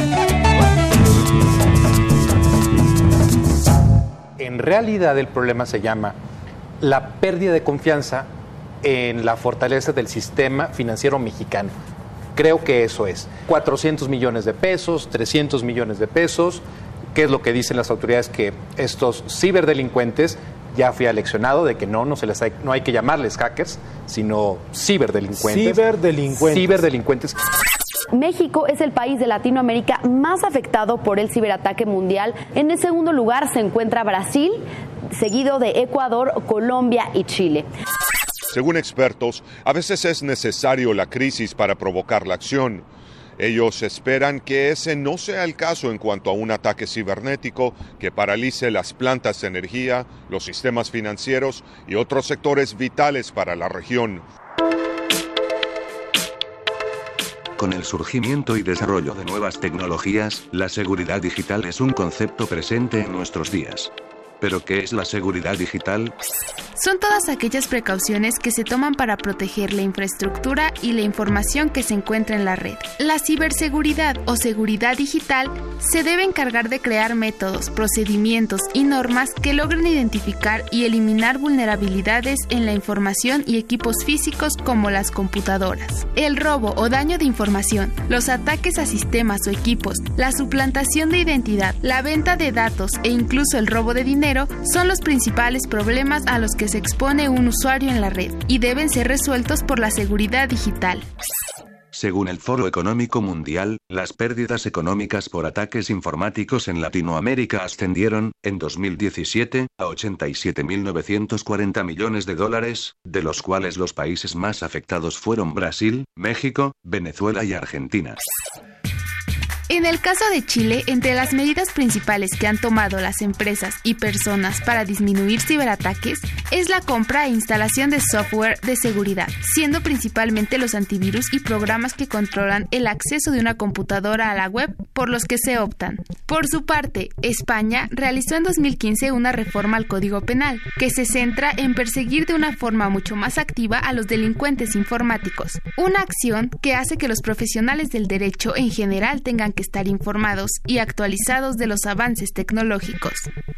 En realidad el problema se llama la pérdida de confianza en la fortaleza del sistema financiero mexicano. Creo que eso es. cuatrocientos millones de pesos, trescientos millones de pesos. ¿Qué es lo que dicen las autoridades? Que estos ciberdelincuentes, ya fui aleccionado de que no, no, se les hay, no hay que llamarles hackers, sino ciberdelincuentes. Ciberdelincuentes. Ciberdelincuentes. México es el país de Latinoamérica más afectado por el ciberataque mundial. En el segundo lugar se encuentra Brasil, seguido de Ecuador, Colombia y Chile. Según expertos, a veces es necesario la crisis para provocar la acción. Ellos esperan que ese no sea el caso en cuanto a un ataque cibernético que paralice las plantas de energía, los sistemas financieros y otros sectores vitales para la región. Con el surgimiento y desarrollo de nuevas tecnologías, la seguridad digital es un concepto presente en nuestros días. ¿Pero qué es la seguridad digital? Son todas aquellas precauciones que se toman para proteger la infraestructura y la información que se encuentra en la red. La ciberseguridad o seguridad digital se debe encargar de crear métodos, procedimientos y normas que logren identificar y eliminar vulnerabilidades en la información y equipos físicos como las computadoras. El robo o daño de información, los ataques a sistemas o equipos, la suplantación de identidad, la venta de datos e incluso el robo de dinero son los principales problemas a los que se expone un usuario en la red y deben ser resueltos por la seguridad digital. Según el Foro Económico Mundial, las pérdidas económicas por ataques informáticos en Latinoamérica ascendieron, en dos mil diecisiete, a ochenta y siete mil novecientos cuarenta millones de dólares, de los cuales los países más afectados fueron Brasil, México, Venezuela y Argentina. En el caso de Chile, entre las medidas principales que han tomado las empresas y personas para disminuir ciberataques es la compra e instalación de software de seguridad, siendo principalmente los antivirus y programas que controlan el acceso de una computadora a la web por los que se optan. Por su parte, España realizó en dos mil quince una reforma al Código Penal, que se centra en perseguir de una forma mucho más activa a los delincuentes informáticos, una acción que hace que los profesionales del derecho en general tengan que estar informados y actualizados de los avances tecnológicos.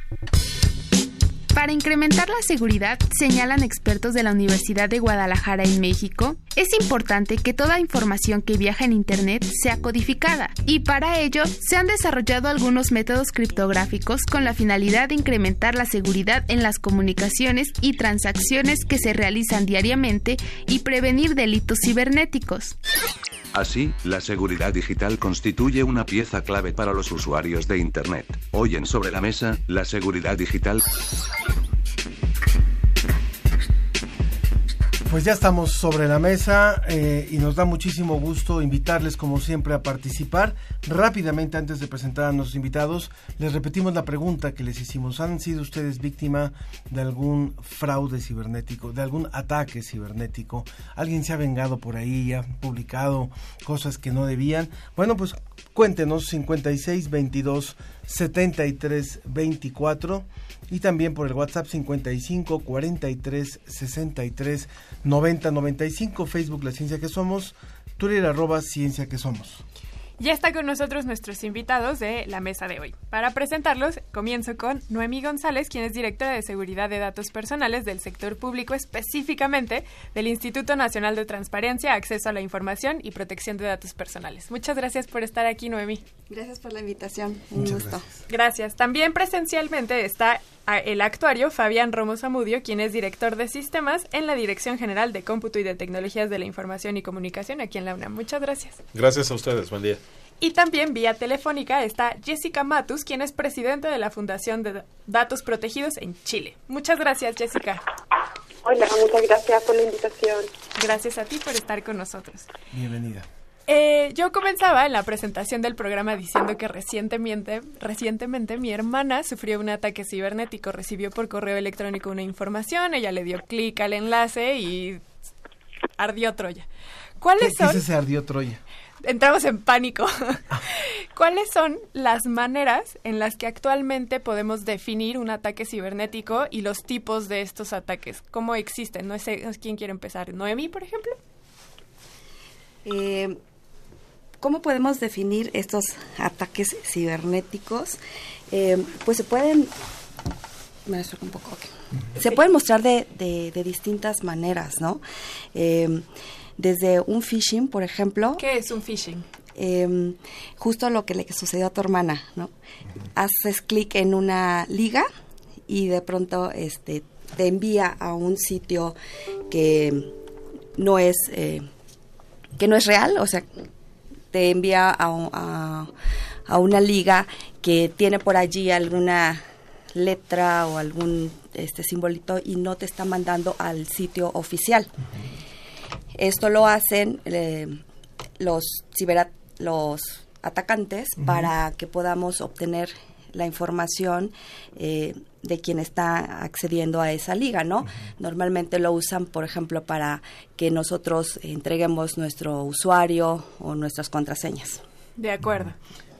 Para incrementar la seguridad, señalan expertos de la Universidad de Guadalajara en México, es importante que toda información que viaja en Internet sea codificada, y para ello se han desarrollado algunos métodos criptográficos con la finalidad de incrementar la seguridad en las comunicaciones y transacciones que se realizan diariamente y prevenir delitos cibernéticos. Así, la seguridad digital constituye una pieza clave para los usuarios de Internet. Hoy en Sobre la Mesa, la seguridad digital. Pues ya estamos sobre la mesa eh, y nos da muchísimo gusto invitarles como siempre a participar. Rápidamente, antes de presentar a nuestros invitados, les repetimos la pregunta que les hicimos. ¿Han sido ustedes víctima de algún fraude cibernético, de algún ataque cibernético? ¿Alguien se ha vengado por ahí, ha publicado cosas que no debían? Bueno, pues cuéntenos, cincuenta y seis, veintidós, setenta y tres, veinticuatro, y también por el WhatsApp cincuenta y cinco, cuarenta y tres, sesenta y tres, noventa, noventa y cinco, Facebook La Ciencia que Somos, Twitter arroba Ciencia que Somos. Ya está con nosotros nuestros invitados de la mesa de hoy. Para presentarlos, comienzo con Noemí González, quien es directora de Seguridad de Datos Personales del sector público, específicamente del Instituto Nacional de Transparencia, Acceso a la Información y Protección de Datos Personales. Muchas gracias por estar aquí, Noemí. Gracias por la invitación. Un Muchas gusto. Gracias. Gracias. También presencialmente está el actuario Fabián Romo Zamudio, quien es director de sistemas en la Dirección General de Cómputo y de Tecnologías de la Información y Comunicación aquí en la UNAM. Muchas gracias. Gracias a ustedes. Buen día. Y también vía telefónica está Jessica Matus, quien es presidente de la Fundación de Datos Protegidos en Chile. Muchas gracias, Jessica. Hola, muchas gracias por la invitación. Gracias a ti por estar con nosotros. Bienvenida. Eh, yo comenzaba en la presentación del programa diciendo que recientemente, recientemente mi hermana sufrió un ataque cibernético, recibió por correo electrónico una información, ella le dio clic al enlace y ardió Troya. ¿Cuáles ¿Qué, son? ¿Qué es ese ardió Troya? Entramos en pánico. ¿Cuáles son las maneras en las que actualmente podemos definir un ataque cibernético y los tipos de estos ataques? ¿Cómo existen? No sé quién quiere empezar. ¿Noemí, por ejemplo? Eh, ¿Cómo podemos definir estos ataques cibernéticos? Eh, pues se pueden... Me acerco un poco. Okay. Se Sí. pueden mostrar de, de, de distintas maneras, ¿no? Eh, desde un phishing, por ejemplo. ¿Qué es un phishing? Eh, justo lo que le sucedió a tu hermana, ¿no? Haces clic en una liga y de pronto este, te envía a un sitio que no es eh, que no es real, o sea, te envía a, a, a una liga que tiene por allí alguna letra o algún este simbolito y no te está mandando al sitio oficial. Uh-huh. Esto lo hacen eh, los ciber los atacantes uh-huh. para que podamos obtener la información eh, de quien está accediendo a esa liga, ¿no? Uh-huh. Normalmente lo usan, por ejemplo, para que nosotros entreguemos nuestro usuario o nuestras contraseñas. De acuerdo.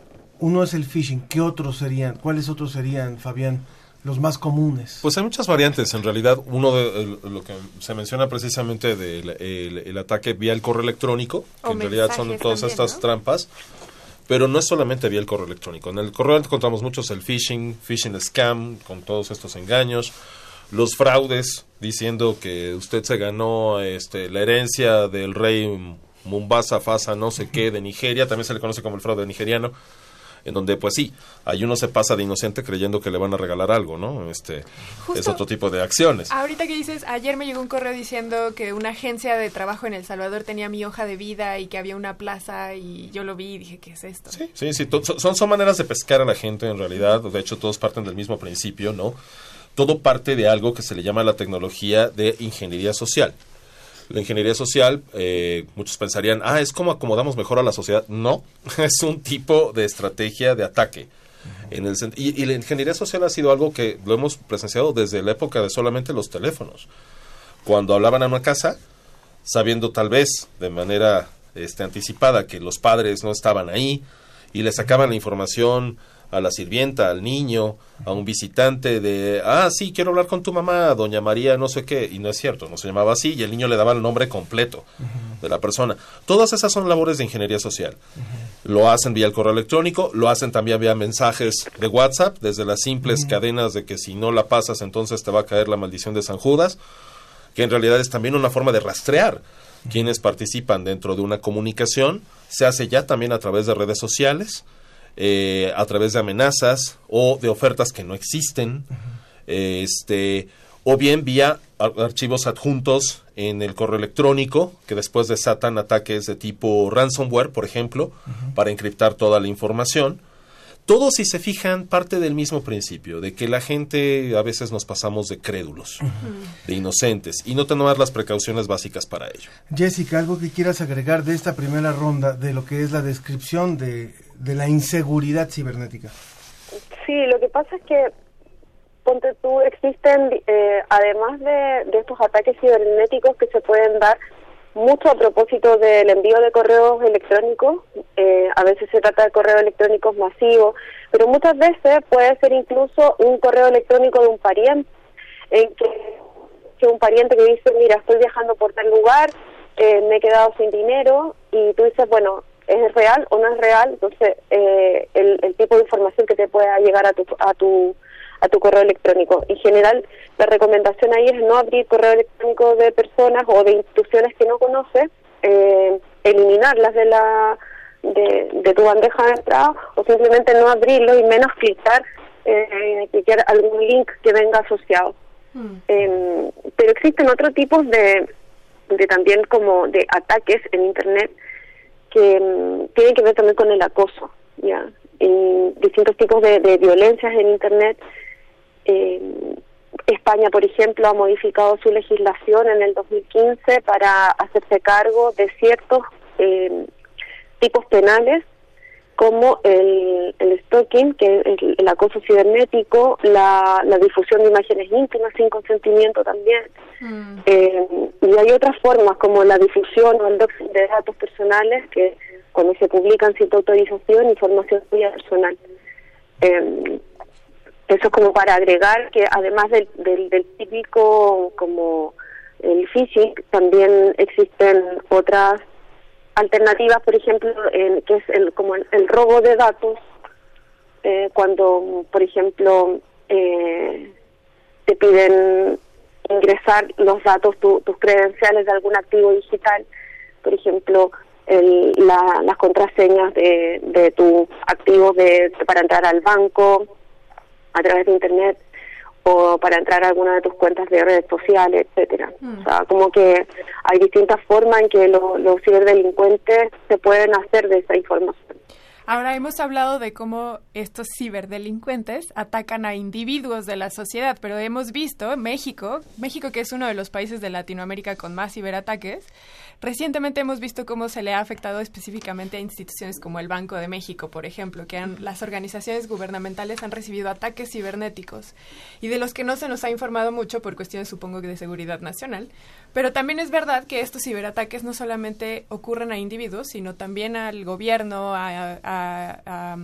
Uno es el phishing. ¿Qué otros serían? ¿Cuáles otros serían, Fabián, los más comunes? Pues hay muchas variantes. En realidad, uno de el, lo que se menciona precisamente del el, el ataque vía el correo electrónico, que o en realidad son todas también, estas ¿no? trampas. Pero no es solamente vía el correo electrónico. En el correo encontramos muchos el phishing, phishing scam, con todos estos engaños. Los fraudes, diciendo que usted se ganó este, la herencia del rey Mombasa Fasa no sé qué de Nigeria. También se le conoce como el fraude nigeriano. En donde, pues sí, ahí uno se pasa de inocente creyendo que le van a regalar algo, ¿no? Este Justo, es otro tipo de acciones. Ahorita que dices, ayer me llegó un correo diciendo que una agencia de trabajo en El Salvador tenía mi hoja de vida y que había una plaza y yo lo vi y dije, ¿qué es esto? Sí, sí, sí, to- son, son maneras de pescar a la gente en realidad. De hecho, todos parten del mismo principio, ¿no? Todo parte de algo que se le llama la tecnología de ingeniería social. La ingeniería social, eh, muchos pensarían, ah, es como acomodamos mejor a la sociedad. No, es un tipo de estrategia de ataque. Uh-huh. En el sent- y, y la ingeniería social ha sido algo que lo hemos presenciado desde la época de solamente los teléfonos. Cuando hablaban a una casa, sabiendo tal vez de manera este, anticipada que los padres no estaban ahí, y le sacaban la información a la sirvienta, al niño, a un visitante de, ah, sí, quiero hablar con tu mamá, doña María, no sé qué, y no es cierto, no se llamaba así, y el niño le daba el nombre completo uh-huh. de la persona. Todas esas son labores de ingeniería social. Uh-huh. Lo hacen vía el correo electrónico, lo hacen también vía mensajes de WhatsApp, desde las simples uh-huh. cadenas de que si no la pasas, entonces te va a caer la maldición de San Judas, que en realidad es también una forma de rastrear uh-huh. quienes participan dentro de una comunicación. Se hace ya también a través de redes sociales, Eh, a través de amenazas o de ofertas que no existen, uh-huh. este, o bien vía ar- archivos adjuntos en el correo electrónico que después desatan ataques de tipo ransomware, por ejemplo, uh-huh. para encriptar toda la información. Todos, si se fijan, parte del mismo principio, de que la gente a veces nos pasamos de crédulos, uh-huh. de inocentes, y no tenemos las precauciones básicas para ello. Jessica, ¿algo que quieras agregar de esta primera ronda de lo que es la descripción de, de la inseguridad cibernética? Sí, lo que pasa es que, ponte tú, existen, eh, además de, de estos ataques cibernéticos que se pueden dar mucho a propósito del envío de correos electrónicos, eh, a veces se trata de correos electrónicos masivos, pero muchas veces puede ser incluso un correo electrónico de un pariente, en que, que un pariente que dice, mira, estoy viajando por tal lugar, eh, me he quedado sin dinero, y tú dices, bueno, ¿es real o no es real? Entonces, eh, el, el tipo de información que te pueda llegar a tu a tu a tu correo electrónico. En general, la recomendación ahí es no abrir correo electrónico de personas o de instituciones que no conoces, eh, eliminarlas de la de, de tu bandeja de entrada, o simplemente no abrirlo y menos clicar eh, clicar algún link que venga asociado. Mm. Eh, pero existen otros tipos de, de también como de ataques en Internet que um, tienen que ver también con el acoso, ya, en distintos tipos de, de violencias en Internet. Eh, España, por ejemplo, ha modificado su legislación en el dos mil quince para hacerse cargo de ciertos eh, tipos penales, como el, el stalking, que es el, el acoso cibernético, la, la difusión de imágenes íntimas sin consentimiento también. Mm. Eh, y hay otras formas, como la difusión o el doxing de datos personales, que cuando se publican sin tu autorización, información tuya personal. Eh, Eso es como para agregar que además del, del, del típico como el phishing, también existen otras alternativas, por ejemplo, en, que es el, como el, el robo de datos, eh, cuando, por ejemplo, eh, te piden ingresar los datos, tu, tus credenciales de algún activo digital, por ejemplo, el, la, las contraseñas de, de tus activos de, para entrar al banco a través de Internet, o para entrar a alguna de tus cuentas de redes sociales, etcétera. Mm. O sea, como que hay distintas formas en que lo, los ciberdelincuentes se pueden hacer de esa información. Ahora hemos hablado de cómo estos ciberdelincuentes atacan a individuos de la sociedad, pero hemos visto México, México que es uno de los países de Latinoamérica con más ciberataques, recientemente hemos visto cómo se le ha afectado específicamente a instituciones como el Banco de México, por ejemplo, que han, las organizaciones gubernamentales han recibido ataques cibernéticos y de los que no se nos ha informado mucho por cuestiones, supongo, de seguridad nacional. Pero también es verdad que estos ciberataques no solamente ocurren a individuos, sino también al gobierno, a, a, a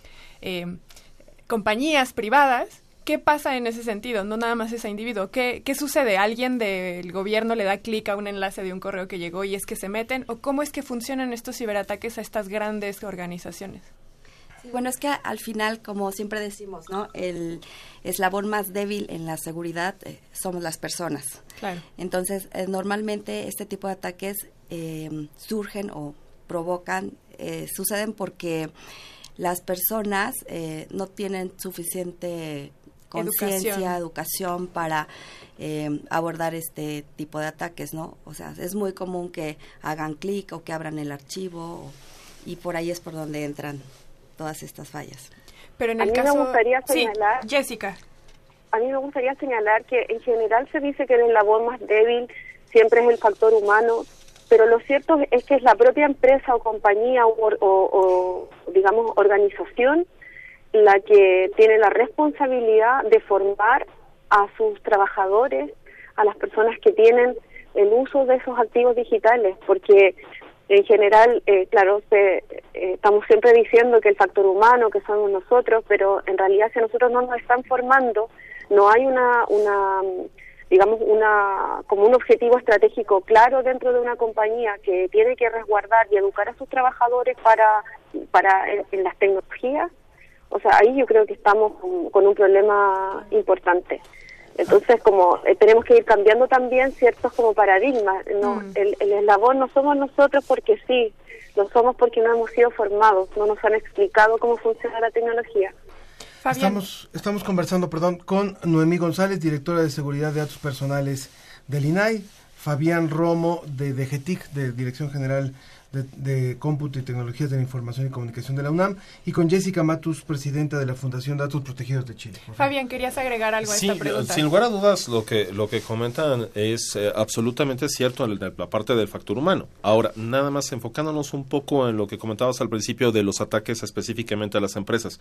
eh, compañías privadas. ¿Qué pasa en ese sentido? No nada más es a individuo. ¿Qué, qué sucede? ¿Alguien del gobierno le da clic a un enlace de un correo que llegó y es que se meten? ¿O cómo es que funcionan estos ciberataques a estas grandes organizaciones? Sí, bueno, es que al final, como siempre decimos, ¿no? El eslabón más débil en la seguridad eh, somos las personas. Claro. Entonces, eh, normalmente este tipo de ataques eh, surgen o provocan, eh, suceden porque las personas eh, no tienen suficiente conciencia, educación. educación para eh, abordar este tipo de ataques, ¿no? O sea, es muy común que hagan clic o que abran el archivo o, y por ahí es por donde entran todas estas fallas. Pero en a el mí caso... me gustaría señalar, sí, Jessica. A mí me gustaría señalar que en general se dice que el eslabón más débil siempre es el factor humano, pero lo cierto es que es la propia empresa o compañía o, o, o digamos, organización la que tiene la responsabilidad de formar a sus trabajadores, a las personas que tienen el uso de esos activos digitales, porque en general, eh, claro, se, eh, estamos siempre diciendo que el factor humano, que somos nosotros, pero en realidad si nosotros no nos están formando, no hay una, una digamos, una como un objetivo estratégico claro dentro de una compañía que tiene que resguardar y educar a sus trabajadores para, para en, en las tecnologías. O sea, ahí yo creo que estamos con, con un problema importante. Entonces, como eh, tenemos que ir cambiando también ciertos como paradigmas, ¿no? Mm. El, el eslabón no somos nosotros porque sí, lo somos porque no hemos sido formados, no nos han explicado cómo funciona la tecnología. Estamos, estamos conversando, perdón, con Noemí González, directora de Seguridad de Datos Personales del I N A I, Fabián Romo de D G T I C, de Dirección General de, de Cómputo y Tecnologías de la Información y Comunicación de la UNAM, y con Jessica Matus, presidenta de la Fundación Datos Protegidos de Chile. Fabián, ¿querías agregar algo a sí, esta pregunta? Sin lugar a dudas, lo que lo que comentan es eh, absolutamente cierto en la parte del factor humano. Ahora, nada más enfocándonos un poco en lo que comentabas al principio de los ataques específicamente a las empresas.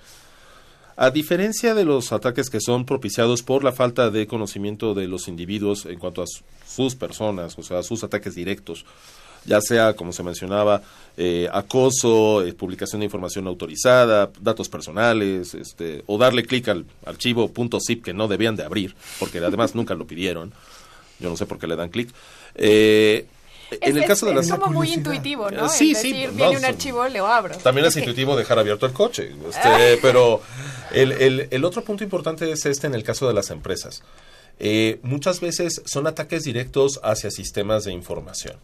A diferencia de los ataques que son propiciados por la falta de conocimiento de los individuos en cuanto a su, sus personas, o sea, sus ataques directos, ya sea, como se mencionaba, eh, acoso, eh, publicación de información autorizada, datos personales, este, o darle clic al archivo .zip que no debían de abrir, porque además nunca lo pidieron. Yo no sé por qué le dan clic. Eh, en es, el caso es, de las... es como muy intuitivo, ¿no? Sí, es decir, sí. viene No, un archivo, le abro. También es intuitivo dejar abierto el coche. Este, pero el, el, el otro punto importante es este en el caso de las empresas. Eh, muchas veces son ataques directos hacia sistemas de información.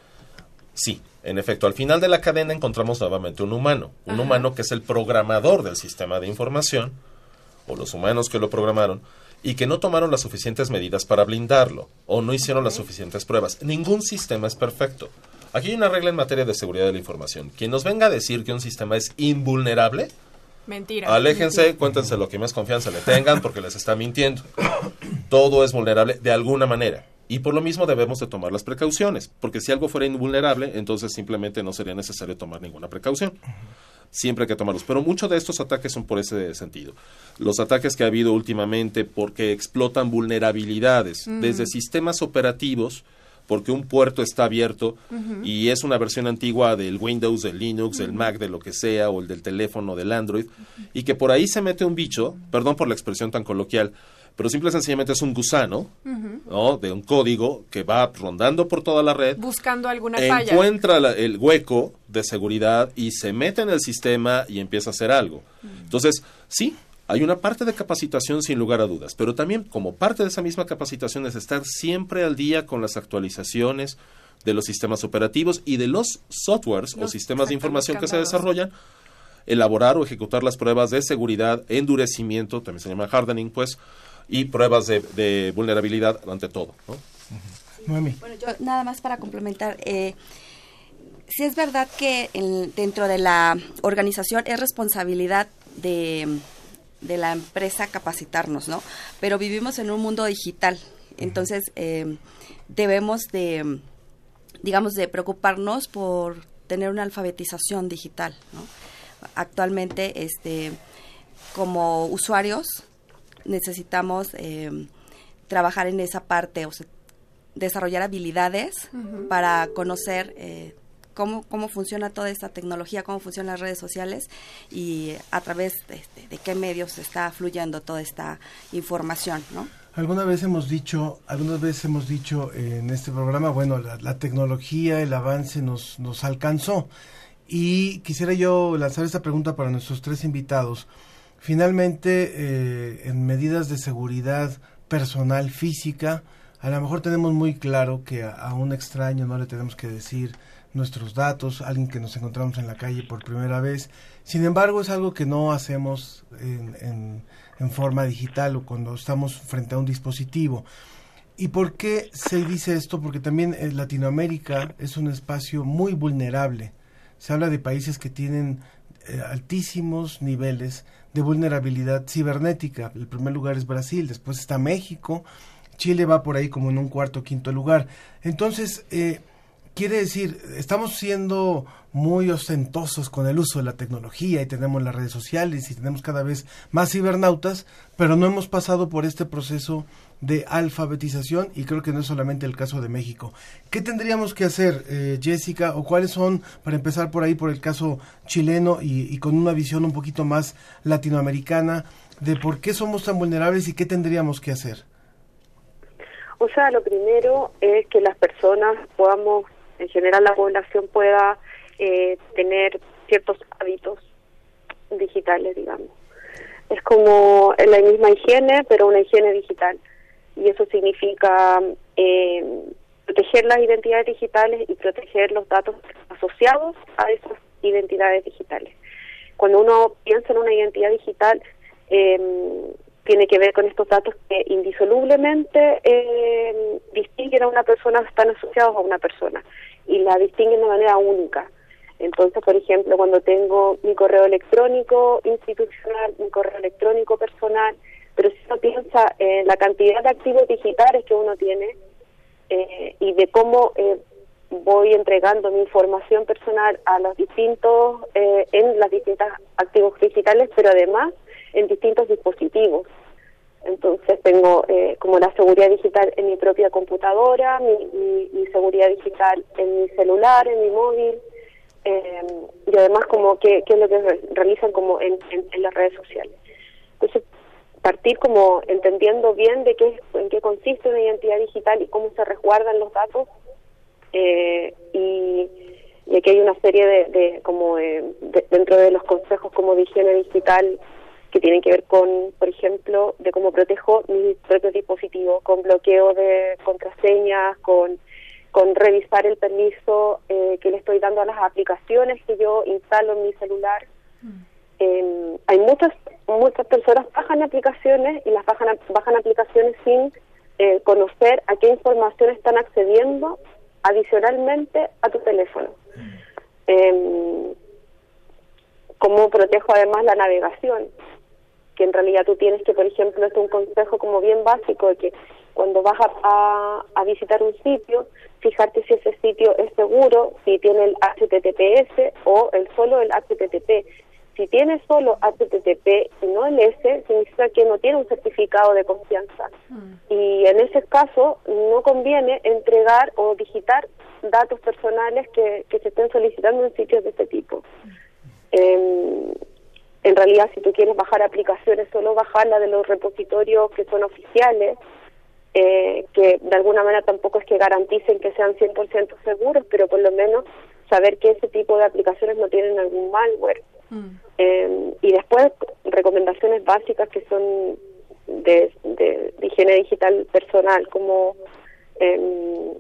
Sí, en efecto, al final de la cadena encontramos nuevamente un humano. Un Ajá. humano que es el programador del sistema de información, o los humanos que lo programaron, y que no tomaron las suficientes medidas para blindarlo, o no hicieron las suficientes pruebas. Ningún sistema es perfecto. Aquí hay una regla en materia de seguridad de la información. Quien nos venga a decir que un sistema es invulnerable, mentira. Aléjense, mentira. Cuéntense lo que más confianza le tengan porque les está mintiendo. Todo es vulnerable de alguna manera. Y por lo mismo debemos de tomar las precauciones. Porque si algo fuera invulnerable, entonces simplemente no sería necesario tomar ninguna precaución. Siempre hay que tomarlos. Pero muchos de estos ataques son por ese sentido. Los ataques que ha habido últimamente porque explotan vulnerabilidades. Mm. Desde sistemas operativos, porque un puerto está abierto uh-huh. y es una versión antigua del Windows, del Linux, uh-huh. del Mac, de lo que sea, o el del teléfono, del Android, uh-huh. y que por ahí se mete un bicho, perdón por la expresión tan coloquial, pero simple y sencillamente es un gusano, uh-huh. ¿no? De un código que va rondando por toda la red, buscando alguna falla, encuentra la, el hueco de seguridad y se mete en el sistema y empieza a hacer algo. Uh-huh. Entonces, sí, hay una parte de capacitación sin lugar a dudas, pero también como parte de esa misma capacitación es estar siempre al día con las actualizaciones de los sistemas operativos y de los softwares los o sistemas de información que se desarrollan, elaborar o ejecutar las pruebas de seguridad, endurecimiento, también se llama hardening, pues, y pruebas de, de vulnerabilidad ante todo, ¿no? Uh-huh. Bueno, yo nada más para complementar, eh, sí es verdad que en, dentro de la organización es responsabilidad de... de la empresa capacitarnos, ¿no? Pero vivimos en un mundo digital, entonces eh, debemos de, digamos, de preocuparnos por tener una alfabetización digital, ¿no? Actualmente, este, como usuarios, necesitamos eh, trabajar en esa parte, o sea, desarrollar habilidades uh-huh. para conocer eh, Cómo, cómo funciona toda esta tecnología, cómo funcionan las redes sociales y a través de, de, de qué medios está fluyendo toda esta información, ¿no? Alguna vez hemos dicho, algunas veces hemos dicho en este programa, bueno, la, la tecnología, el avance nos, nos alcanzó. Y quisiera yo lanzar esta pregunta para nuestros tres invitados. Finalmente, eh, en medidas de seguridad personal, física, a lo mejor tenemos muy claro que a, a un extraño no le tenemos que decir nuestros datos, alguien que nos encontramos en la calle por primera vez. Sin embargo, es algo que no hacemos en, en, en forma digital o cuando estamos frente a un dispositivo. ¿Y por qué se dice esto? Porque también en Latinoamérica es un espacio muy vulnerable. Se habla de países que tienen eh, altísimos niveles de vulnerabilidad cibernética. El primer lugar es Brasil, después está México, Chile va por ahí como en un cuarto o quinto lugar. Entonces, eh, quiere decir, estamos siendo muy ostentosos con el uso de la tecnología y tenemos las redes sociales y tenemos cada vez más cibernautas, pero no hemos pasado por este proceso de alfabetización y creo que no es solamente el caso de México. ¿Qué tendríamos que hacer, eh, Jessica, o cuáles son, para empezar por ahí, por el caso chileno y, y con una visión un poquito más latinoamericana, de por qué somos tan vulnerables y qué tendríamos que hacer? O sea, lo primero es que las personas podamos, en general la población pueda eh, tener ciertos hábitos digitales, digamos. Es como la misma higiene, pero una higiene digital. Y eso significa eh, proteger las identidades digitales y proteger los datos asociados a esas identidades digitales. Cuando uno piensa en una identidad digital, eh, tiene que ver con estos datos que indisolublemente eh, distinguen a una persona, están asociados a una persona y la distinguen de manera única. Entonces, por ejemplo, cuando tengo mi correo electrónico institucional, mi correo electrónico personal, pero si uno piensa en la cantidad de activos digitales que uno tiene eh, y de cómo eh, voy entregando mi información personal a los distintos, eh, en las distintas activos digitales, pero además en distintos dispositivos. Entonces tengo eh, como la seguridad digital en mi propia computadora, mi, mi, mi seguridad digital en mi celular, en mi móvil, eh, y además como qué es lo que re realizan como en, en, en las redes sociales. Entonces partir como entendiendo bien de qué en qué consiste una identidad digital y cómo se resguardan los datos, eh, y, y aquí hay una serie de, de como eh, de, dentro de los consejos como de higiene digital que tienen que ver con, por ejemplo, de cómo protejo mis propios dispositivos, con bloqueo de contraseñas, con, con revisar el permiso eh, que le estoy dando a las aplicaciones que yo instalo en mi celular. Mm. Eh, hay muchas muchas personas bajan aplicaciones y las bajan bajan aplicaciones sin eh, conocer a qué información están accediendo adicionalmente a tu teléfono. Eh, ¿Cómo protejo además la navegación? Que en realidad tú tienes que, por ejemplo, este es un consejo como bien básico, de que cuando vas a, a, a visitar un sitio, fijarte si ese sitio es seguro, si tiene el H T T P S o el solo el H T T P. Si tiene solo H T T P y no el S, significa que no tiene un certificado de confianza. Mm. Y en ese caso no conviene entregar o digitar datos personales que, que se estén solicitando en sitios de este tipo. Mm. Eh, en realidad, si tú quieres bajar aplicaciones, solo bajarla de los repositorios que son oficiales, eh, que de alguna manera tampoco es que garanticen que sean cien por ciento seguros, pero por lo menos saber que ese tipo de aplicaciones no tienen algún malware. Mm. Eh, y después, recomendaciones básicas que son de, de, de higiene digital personal, como eh,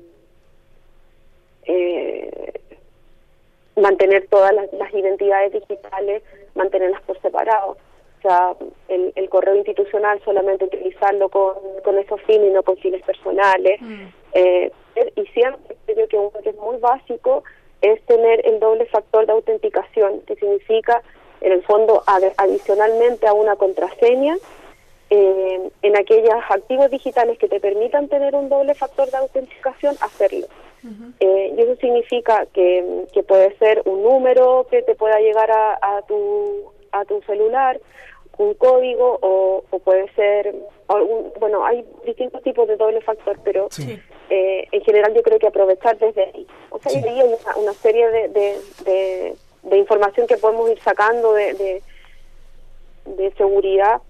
eh, mantener todas las, las identidades digitales, mantenerlas por separado. O sea, el, el correo institucional solamente utilizarlo con, con esos fines y no con fines personales. Mm. Eh, y siempre creo que uno que es muy básico es tener el doble factor de autenticación, que significa, en el fondo, ad, adicionalmente a una contraseña, eh, en aquellos activos digitales que te permitan tener un doble factor de autenticación, hacerlo. Uh-huh. Eh, y eso significa que, que puede ser un número que te pueda llegar a, a tu a tu celular, un código, o, o puede ser algún, bueno, hay distintos tipos de doble factor, pero sí. eh, en general yo creo que aprovechar desde ahí. O sea, sí. ahí hay una, una serie de, de, de, de información que podemos ir sacando de, de, de seguridad,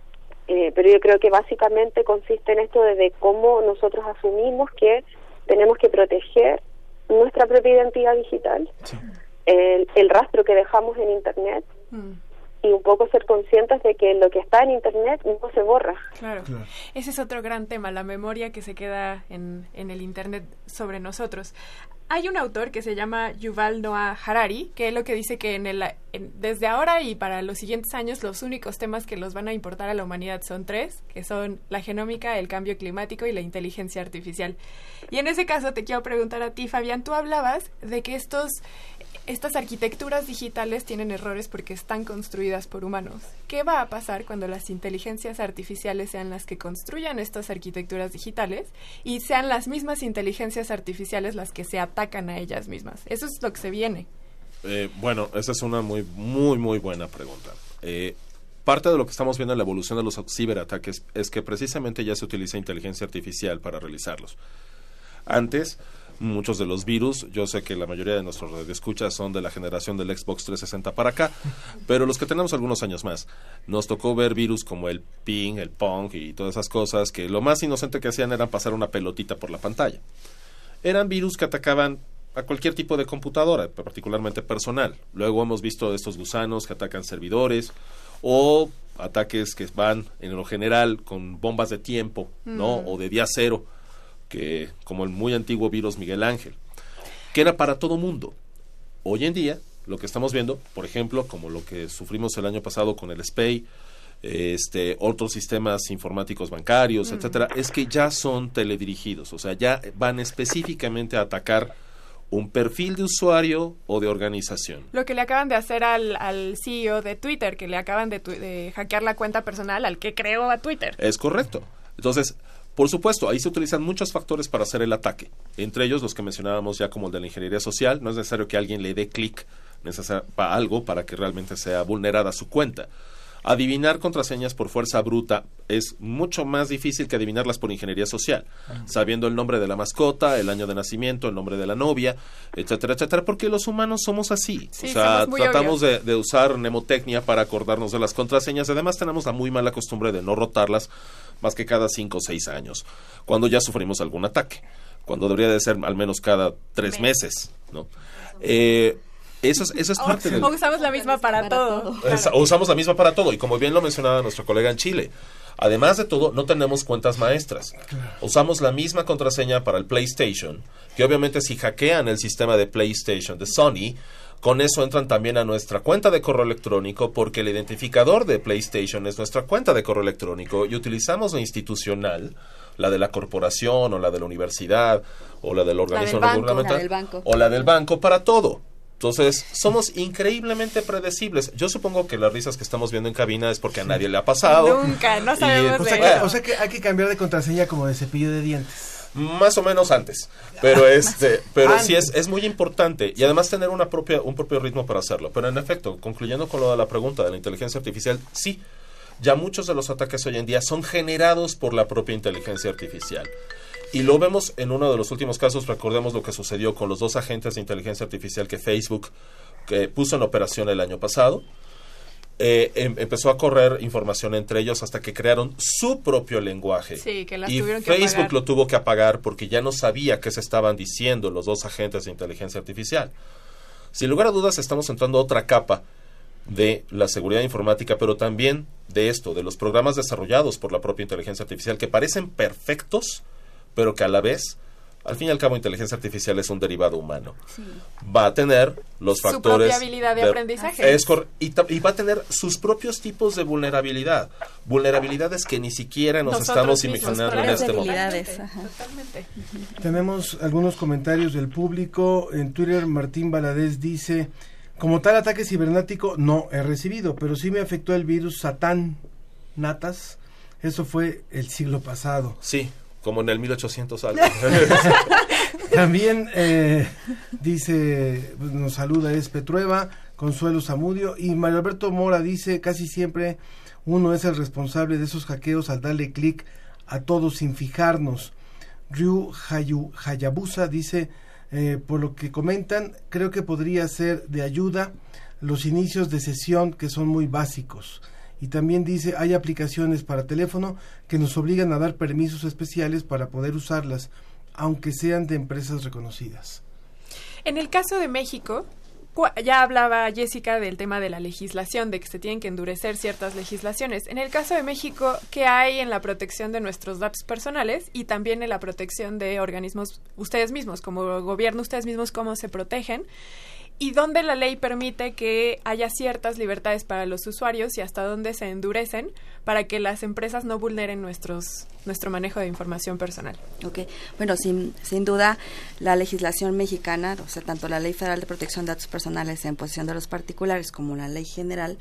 eh, pero yo creo que básicamente consiste en esto de, de cómo nosotros asumimos que tenemos que proteger nuestra propia identidad digital, sí. el, el rastro que dejamos en Internet, mm. y un poco ser conscientes de que lo que está en Internet no se borra. Claro. claro. Ese es otro gran tema, la memoria que se queda en, en el Internet sobre nosotros. Hay un autor que se llama Yuval Noah Harari, que es lo que dice que en el, en, desde ahora y para los siguientes años los únicos temas que los van a importar a la humanidad son tres, que son la genómica, el cambio climático y la inteligencia artificial. Y en ese caso te quiero preguntar a ti, Fabián, tú hablabas de que estos estas arquitecturas digitales tienen errores porque están construidas por humanos. ¿Qué va a pasar cuando las inteligencias artificiales sean las que construyan estas arquitecturas digitales y sean las mismas inteligencias artificiales las que se atacan a ellas mismas? Eso es lo que se viene. Eh, bueno, esa es una muy, muy, muy buena pregunta. Eh, parte de lo que estamos viendo en la evolución de los ciberataques es que precisamente ya se utiliza inteligencia artificial para realizarlos. Antes, muchos de los virus, yo sé que la mayoría de nuestros radioescuchas son de la generación del Xbox trescientos sesenta para acá, pero los que tenemos algunos años más, nos tocó ver virus como el ping, el pong y todas esas cosas que lo más inocente que hacían era pasar una pelotita por la pantalla. Eran virus que atacaban a cualquier tipo de computadora, particularmente personal. Luego hemos visto estos gusanos que atacan servidores o ataques que van en lo general con bombas de tiempo, ¿no? Mm. O de día cero, que como el muy antiguo virus Miguel Ángel, que era para todo mundo. Hoy en día, lo que estamos viendo, por ejemplo, como lo que sufrimos el año pasado con el S P E I, este, otros sistemas informáticos bancarios, mm. etcétera, es que ya son teledirigidos, o sea, ya van específicamente a atacar un perfil de usuario o de organización. Lo que le acaban de hacer al, al C E O de Twitter, que le acaban de, tu, de hackear la cuenta personal al que creó a Twitter. Es correcto. Entonces, por supuesto, ahí se utilizan muchos factores para hacer el ataque, entre ellos los que mencionábamos ya como el de la ingeniería social. No es necesario que alguien le dé clic para algo para que realmente sea vulnerada su cuenta. Adivinar contraseñas por fuerza bruta es mucho más difícil que adivinarlas por ingeniería social, uh-huh. sabiendo el nombre de la mascota, el año de nacimiento, el nombre de la novia, etcétera, etcétera, porque los humanos somos así. Sí, o sea, tratamos de, de usar mnemotecnia para acordarnos de las contraseñas. Además, tenemos la muy mala costumbre de no rotarlas más que cada cinco o seis años, cuando ya sufrimos algún ataque, cuando debería de ser al menos cada tres meses, ¿no? Eh, eso es, eso es parte del... O usamos la misma para, para todo. todo. Es, o usamos la misma para todo, y como bien lo mencionaba nuestro colega en Chile, Además de todo, no tenemos cuentas maestras. Usamos la misma contraseña para el PlayStation, que obviamente si hackean el sistema de PlayStation de Sony, con eso entran también a nuestra cuenta de correo electrónico, porque el identificador de PlayStation es nuestra cuenta de correo electrónico, y utilizamos la institucional, la de la corporación o la de la universidad o la del organismo la del banco, gubernamental la del banco. o la del banco para todo. Entonces, somos increíblemente predecibles. Yo supongo que las risas que estamos viendo en cabina es porque a nadie le ha pasado. Nunca, no Y, sabemos O de sea, eso. que, o sea que hay que cambiar de contraseña como de cepillo de dientes. Más o menos antes, pero este, pero Antes. sí es es muy importante, y además tener una propia un propio ritmo para hacerlo. Pero en efecto, concluyendo con lo de la pregunta de la inteligencia artificial, sí, ya muchos de los ataques hoy en día son generados por la propia inteligencia artificial. Y lo vemos en uno de los últimos casos. Recordemos lo que sucedió con los dos agentes de inteligencia artificial que Facebook que puso en operación el año pasado. Eh, em, empezó a correr información entre ellos hasta que crearon su propio lenguaje. Sí, que las y tuvieron que Facebook apagar. lo tuvo que apagar porque ya no sabía qué se estaban diciendo los dos agentes de inteligencia artificial. Sin lugar a dudas, estamos entrando a otra capa de la seguridad informática, pero también de esto, de los programas desarrollados por la propia inteligencia artificial, que parecen perfectos, pero que a la vez, al fin y al cabo, inteligencia artificial es un derivado humano. Sí. Va a tener los Su factores... propia habilidad de aprendizaje. Es cor- y, ta- y va a tener sus propios tipos de vulnerabilidad. Vulnerabilidades que ni siquiera nos Nosotros estamos mismos, imaginando en propias este momento. debilidades. Ajá. Totalmente. Tenemos algunos comentarios del público. En Twitter, Martín Valadez dice: como tal ataque cibernético no he recibido, pero sí me afectó el virus Satán Natas. Eso fue el siglo pasado. Sí, como en el mil ochocientos algo. También eh, dice, nos saluda Espe Trueba, Consuelo Zamudio, y Mario Alberto Mora dice: casi siempre uno es el responsable de esos hackeos al darle clic a todos sin fijarnos. Ryu Hayu, Hayabusa dice: eh, por lo que comentan, creo que podría ser de ayuda los inicios de sesión, que son muy básicos. Y también dice: hay aplicaciones para teléfono que nos obligan a dar permisos especiales para poder usarlas, aunque sean de empresas reconocidas. En el caso de México, cu- ya hablaba Jessica del tema de la legislación, de que se tienen que endurecer ciertas legislaciones. En el caso de México, ¿qué hay en la protección de nuestros datos personales y también en la protección de organismos, ustedes mismos, como gobierno, ustedes mismos, cómo se protegen? ¿Y dónde la ley permite que haya ciertas libertades para los usuarios y hasta dónde se endurecen para que las empresas no vulneren nuestros nuestro manejo de información personal? Ok, bueno, sin, sin duda la legislación mexicana, o sea, tanto la Ley Federal de Protección de Datos Personales en posesión de los particulares como la Ley General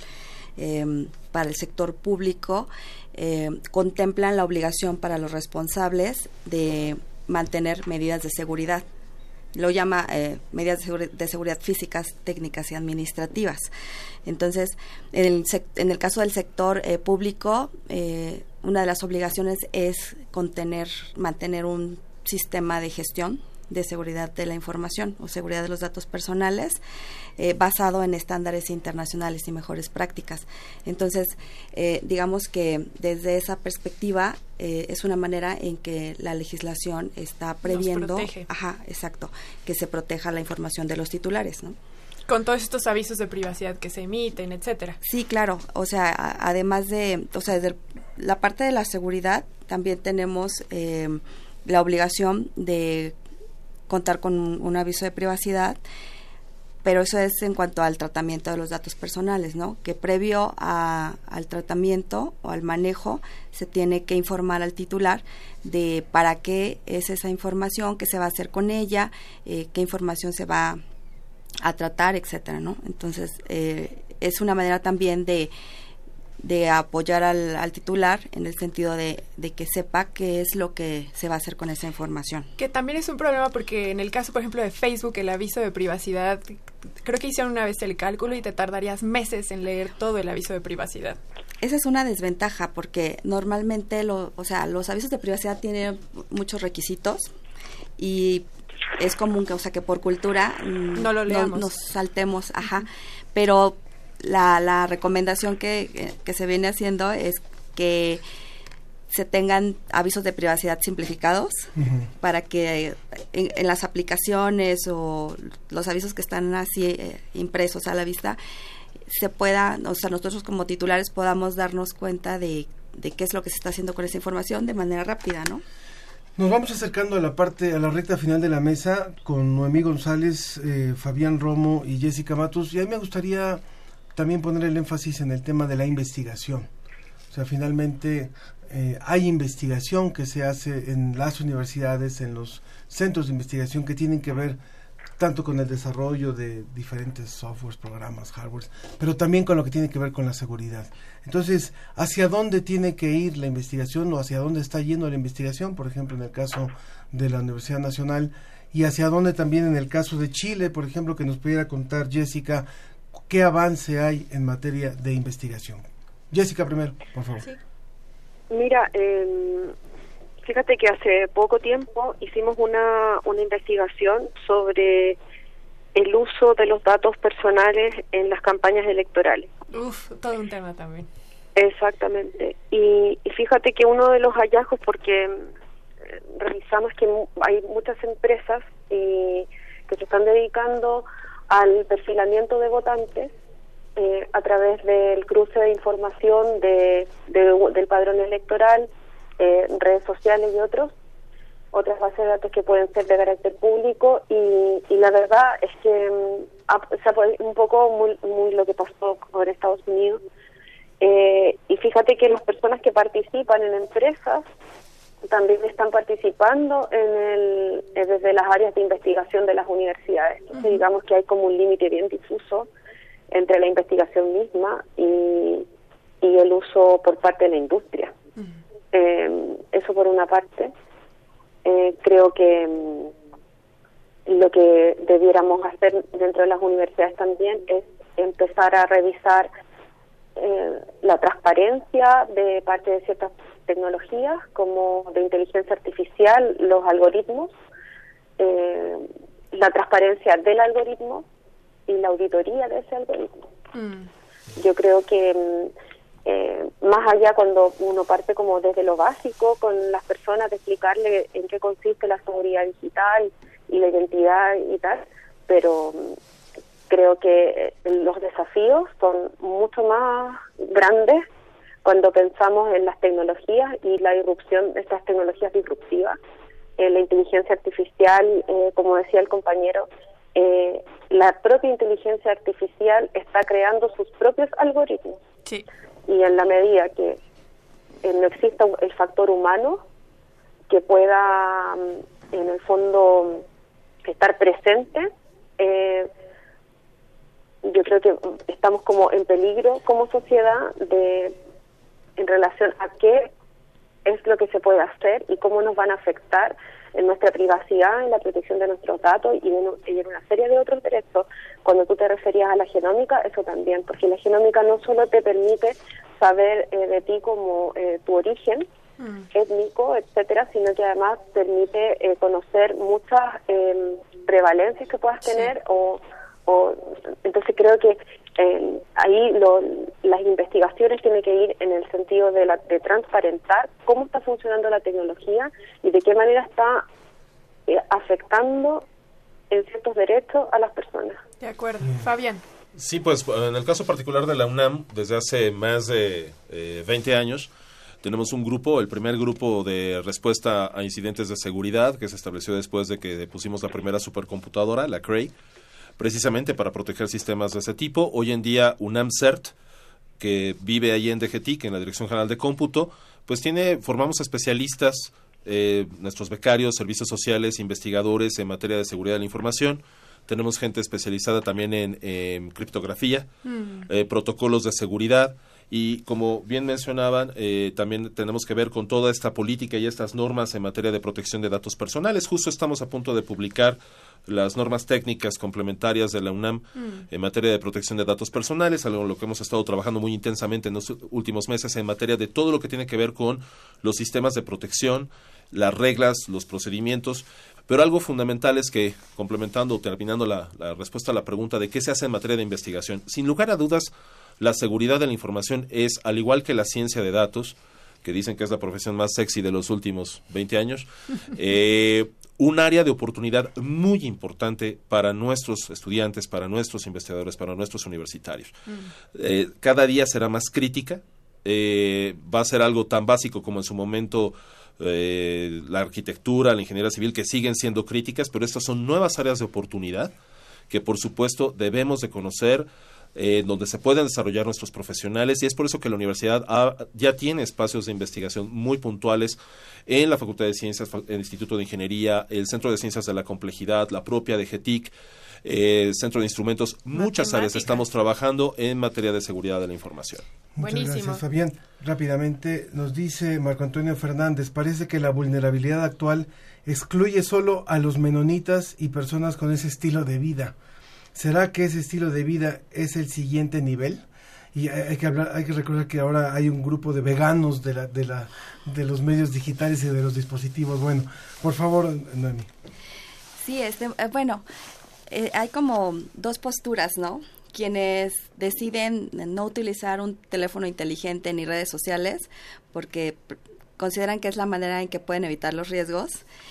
eh, para el sector público, eh, contemplan la obligación para los responsables de mantener medidas de seguridad. Lo llama eh, medidas de, seguri- de seguridad físicas, técnicas y administrativas. Entonces, en el, sec- en el caso del sector eh, público, eh, una de las obligaciones es contener, mantener un sistema de gestión de seguridad de la información o seguridad de los datos personales eh, basado en estándares internacionales y mejores prácticas. Entonces, eh, digamos que desde esa perspectiva eh, es una manera en que la legislación está previendo, Nos protege. ajá, exacto, que se proteja la información de los titulares, ¿no? Con todos estos avisos de privacidad que se emiten, etcétera. Sí, claro. O sea, a- además de, o sea, desde el- la parte de la seguridad, también tenemos eh, la obligación de contar con un, un aviso de privacidad, pero eso es en cuanto al tratamiento de los datos personales, ¿no? Que previo a, al tratamiento o al manejo se tiene que informar al titular de para qué es esa información, qué se va a hacer con ella, eh, qué información se va a tratar, etcétera, ¿no? Entonces, eh, es una manera también de de apoyar al, al titular en el sentido de, de que sepa qué es lo que se va a hacer con esa información. Que también es un problema porque en el caso, por ejemplo, de Facebook, el aviso de privacidad, creo que hicieron una vez el cálculo y te tardarías meses en leer todo el aviso de privacidad. Esa es una desventaja porque normalmente, lo, o sea, los avisos de privacidad tienen muchos requisitos y es común que, o sea, que por cultura mm, No lo leamos. nos saltemos, ajá, pero la, la recomendación que, que se viene haciendo es que se tengan avisos de privacidad simplificados Uh-huh. para que en, en las aplicaciones o los avisos que están así eh, impresos a la vista se pueda, o sea, nosotros como titulares podamos darnos cuenta de de qué es lo que se está haciendo con esa información de manera rápida, ¿no? Nos vamos acercando a la parte, a la recta final de la mesa con Noemí González, eh, Fabián Romo y Jessica Matus, y a mí me gustaría también poner el énfasis en el tema de la investigación. O sea, finalmente eh, hay investigación que se hace en las universidades, en los centros de investigación que tienen que ver tanto con el desarrollo de diferentes softwares, programas, hardwares, pero también con lo que tiene que ver con la seguridad. Entonces, ¿hacia dónde tiene que ir la investigación o hacia dónde está yendo la investigación? Por ejemplo, en el caso de la Universidad Nacional, y hacia dónde también en el caso de Chile, por ejemplo, que nos pudiera contar Jessica, ¿qué avance hay en materia de investigación? Jessica primero, por favor. Sí. Mira, eh, fíjate que hace poco tiempo hicimos una, una investigación sobre el uso de los datos personales en las campañas electorales. Uf, todo un tema también. Exactamente. Y, y fíjate que uno de los hallazgos, porque eh, revisamos que hay muchas empresas eh, que se están dedicando al perfilamiento de votantes eh, a través del cruce de información de, de, del padrón electoral, eh, redes sociales y otros, otras bases de datos que pueden ser de carácter público, y, y la verdad es que o sea, un poco muy, muy lo que pasó con Estados Unidos, eh, y fíjate que las personas que participan en empresas también están participando en el, eh, desde las áreas de investigación de las universidades. Entonces, uh-huh. digamos que hay como un límite bien difuso entre la investigación misma y, y el uso por parte de la industria. Uh-huh. Eh, eso por una parte. Eh, creo que mm, lo que debiéramos hacer dentro de las universidades también es empezar a revisar eh, la transparencia de parte de ciertas tecnologías como de inteligencia artificial, los algoritmos, eh, la transparencia del algoritmo y la auditoría de ese algoritmo. Mm. Yo creo que eh, más allá cuando uno parte como desde lo básico con las personas de explicarle en qué consiste la seguridad digital y la identidad y tal, pero creo que los desafíos son mucho más grandes cuando pensamos en las tecnologías y la irrupción de estas tecnologías disruptivas. Eh, la inteligencia artificial, eh, como decía el compañero, eh, la propia inteligencia artificial está creando sus propios algoritmos. Sí. Y en la medida que eh, no exista el factor humano que pueda, en el fondo, estar presente, eh, yo creo que estamos como en peligro como sociedad de en relación a qué es lo que se puede hacer y cómo nos van a afectar en nuestra privacidad, en la protección de nuestros datos y en, y en una serie de otros derechos. Cuando tú te referías a la genómica, eso también, porque la genómica no solo te permite saber eh, de ti como eh, tu origen mm. étnico, etcétera, sino que además permite eh, conocer muchas eh, prevalencias que puedas tener, sí. o, o entonces creo que Eh, ahí lo, las investigaciones tienen que ir en el sentido de, la, de transparentar cómo está funcionando la tecnología y de qué manera está eh, afectando en ciertos derechos a las personas. De acuerdo. Fabián. Sí, pues en el caso particular de la UNAM, desde hace más de eh, veinte años, tenemos un grupo, el primer grupo de respuesta a incidentes de seguridad, que se estableció después de que pusimos la primera supercomputadora, la Cray, precisamente para proteger sistemas de ese tipo. Hoy en día UNAM CERT, que vive ahí en D G T I C, en la Dirección General de Cómputo, pues tiene, formamos especialistas, eh, nuestros becarios, servicios sociales, investigadores en materia de seguridad de la información. Tenemos gente especializada también en, en criptografía, mm. eh, protocolos de seguridad, y como bien mencionaban, eh, también tenemos que ver con toda esta política y estas normas en materia de protección de datos personales. Justo estamos a punto de publicar las normas técnicas complementarias de la UNAM mm. en materia de protección de datos personales, algo en lo que hemos estado trabajando muy intensamente en los últimos meses en materia de todo lo que tiene que ver con los sistemas de protección, las reglas, los procedimientos. Pero algo fundamental es que, complementando o terminando la, la respuesta a la pregunta de qué se hace en materia de investigación, sin lugar a dudas, la seguridad de la información es, al igual que la ciencia de datos, que dicen que es la profesión más sexy de los últimos veinte años, eh, un área de oportunidad muy importante para nuestros estudiantes, para nuestros investigadores, para nuestros universitarios. Mm. Eh, cada día será más crítica eh, va a ser algo tan básico como en su momento eh, la arquitectura, la ingeniería civil, que siguen siendo críticas, pero estas son nuevas áreas de oportunidad que por supuesto debemos de conocer, eh, donde se pueden desarrollar nuestros profesionales, y es por eso que la universidad ha, ya tiene espacios de investigación muy puntuales en la Facultad de Ciencias, el Instituto de Ingeniería, el Centro de Ciencias de la Complejidad, la propia de G T I C, eh, Centro de Instrumentos, muchas áreas estamos trabajando en materia de seguridad de la información. Muchas Buenísimo. Gracias, Fabián. Rápidamente nos dice Marco Antonio Fernández, parece que la vulnerabilidad actual excluye solo a los menonitas y personas con ese estilo de vida. ¿Será que ese estilo de vida es el siguiente nivel? Y hay que hablar, hay que recordar que ahora hay un grupo de veganos de la, de la, de los medios digitales y de los dispositivos. Bueno, por favor, Noemi. Sí, este, eh, bueno, eh, hay como dos posturas, ¿no? Quienes deciden no utilizar un teléfono inteligente ni redes sociales porque pr- consideran que es la manera en que pueden evitar los riesgos,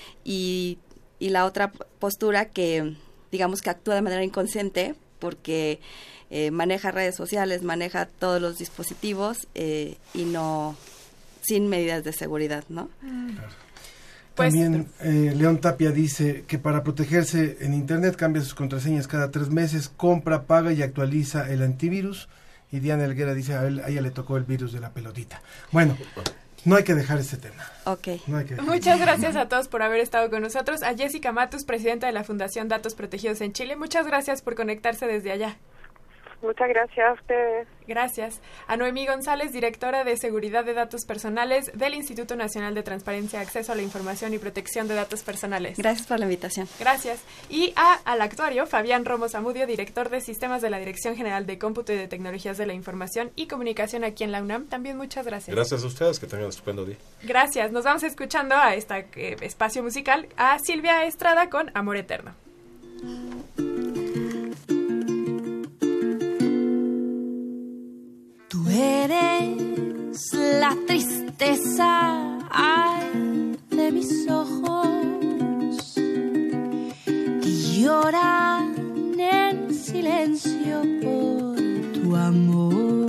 y, y la otra postura que, digamos, que actúa de manera inconsciente porque eh, maneja redes sociales, maneja todos los dispositivos eh, y no, sin medidas de seguridad, ¿no? Claro. También eh, León Tapia dice que para protegerse en Internet cambia sus contraseñas cada tres meses, compra, paga y actualiza el antivirus. Y Diana Elguera dice a, él, a ella le tocó el virus de la pelotita. Bueno, no hay que dejar este tema. Ok. No hay que dejar. Muchas gracias a todos por haber estado con nosotros. A Jessica Matus, presidenta de la Fundación Datos Protegidos en Chile. Muchas gracias por conectarse desde allá. Muchas gracias a ustedes. Gracias. A Noemí González, directora de Seguridad de Datos Personales del Instituto Nacional de Transparencia, Acceso a la Información y Protección de Datos Personales. Gracias por la invitación. Gracias. Y a, al actuario Fabián Romo Zamudio, director de Sistemas de la Dirección General de Cómputo y de Tecnologías de la Información y Comunicación aquí en la UNAM. También muchas gracias. Gracias a ustedes, que tengan un estupendo día. Gracias. Nos vamos escuchando a este eh, espacio musical a Silvia Estrada con Amor Eterno. Tú eres la tristeza, ay, de mis ojos, que lloran en silencio por tu amor.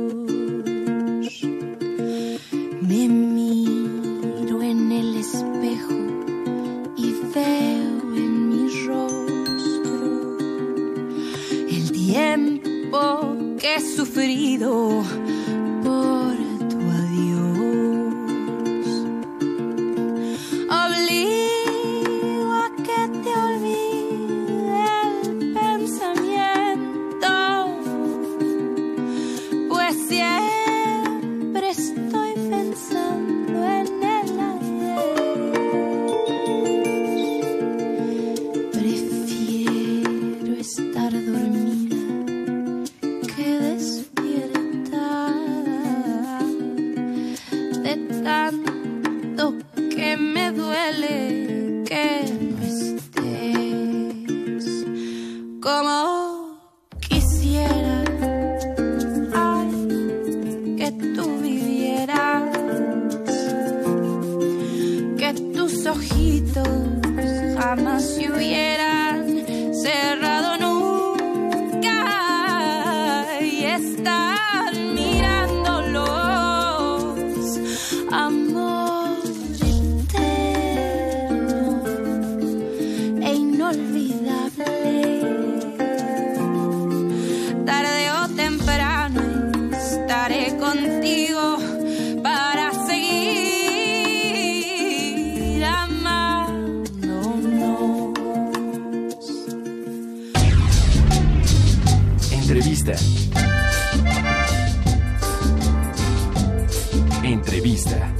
Me miro en el espejo y veo en mi rostro el tiempo que he sufrido por tu adiós. Obligo a que te olvide el pensamiento, pues siempre estoy pensando en el ayer. Prefiero estar dormida que despierta, de tanto que me duele que no estés. Como quisiera, ay, que tú vivieras, que tus ojitos jamás se hubieran cerrado nunca y estar mirándolos, amor eterno e inolvidable. Tarde o temprano estaré contigo para seguir amándonos. Entrevista. Entrevista.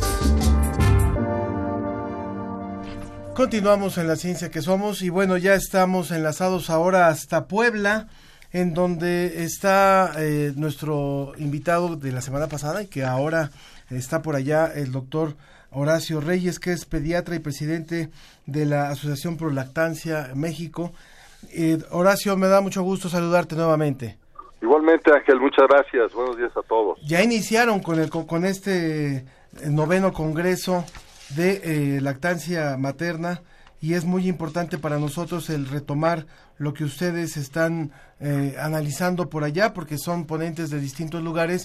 Continuamos en La Ciencia que Somos y bueno, ya estamos enlazados ahora hasta Puebla, en donde está eh, nuestro invitado de la semana pasada y que ahora está por allá, el doctor Horacio Reyes, que es pediatra y presidente de la Asociación Pro Lactancia México. Eh, Horacio, me da mucho gusto saludarte nuevamente. Igualmente, Ángel, muchas gracias. Buenos días a todos. Ya iniciaron con el con, con este noveno congreso de eh, lactancia materna y es muy importante para nosotros el retomar lo que ustedes están eh, analizando por allá, porque son ponentes de distintos lugares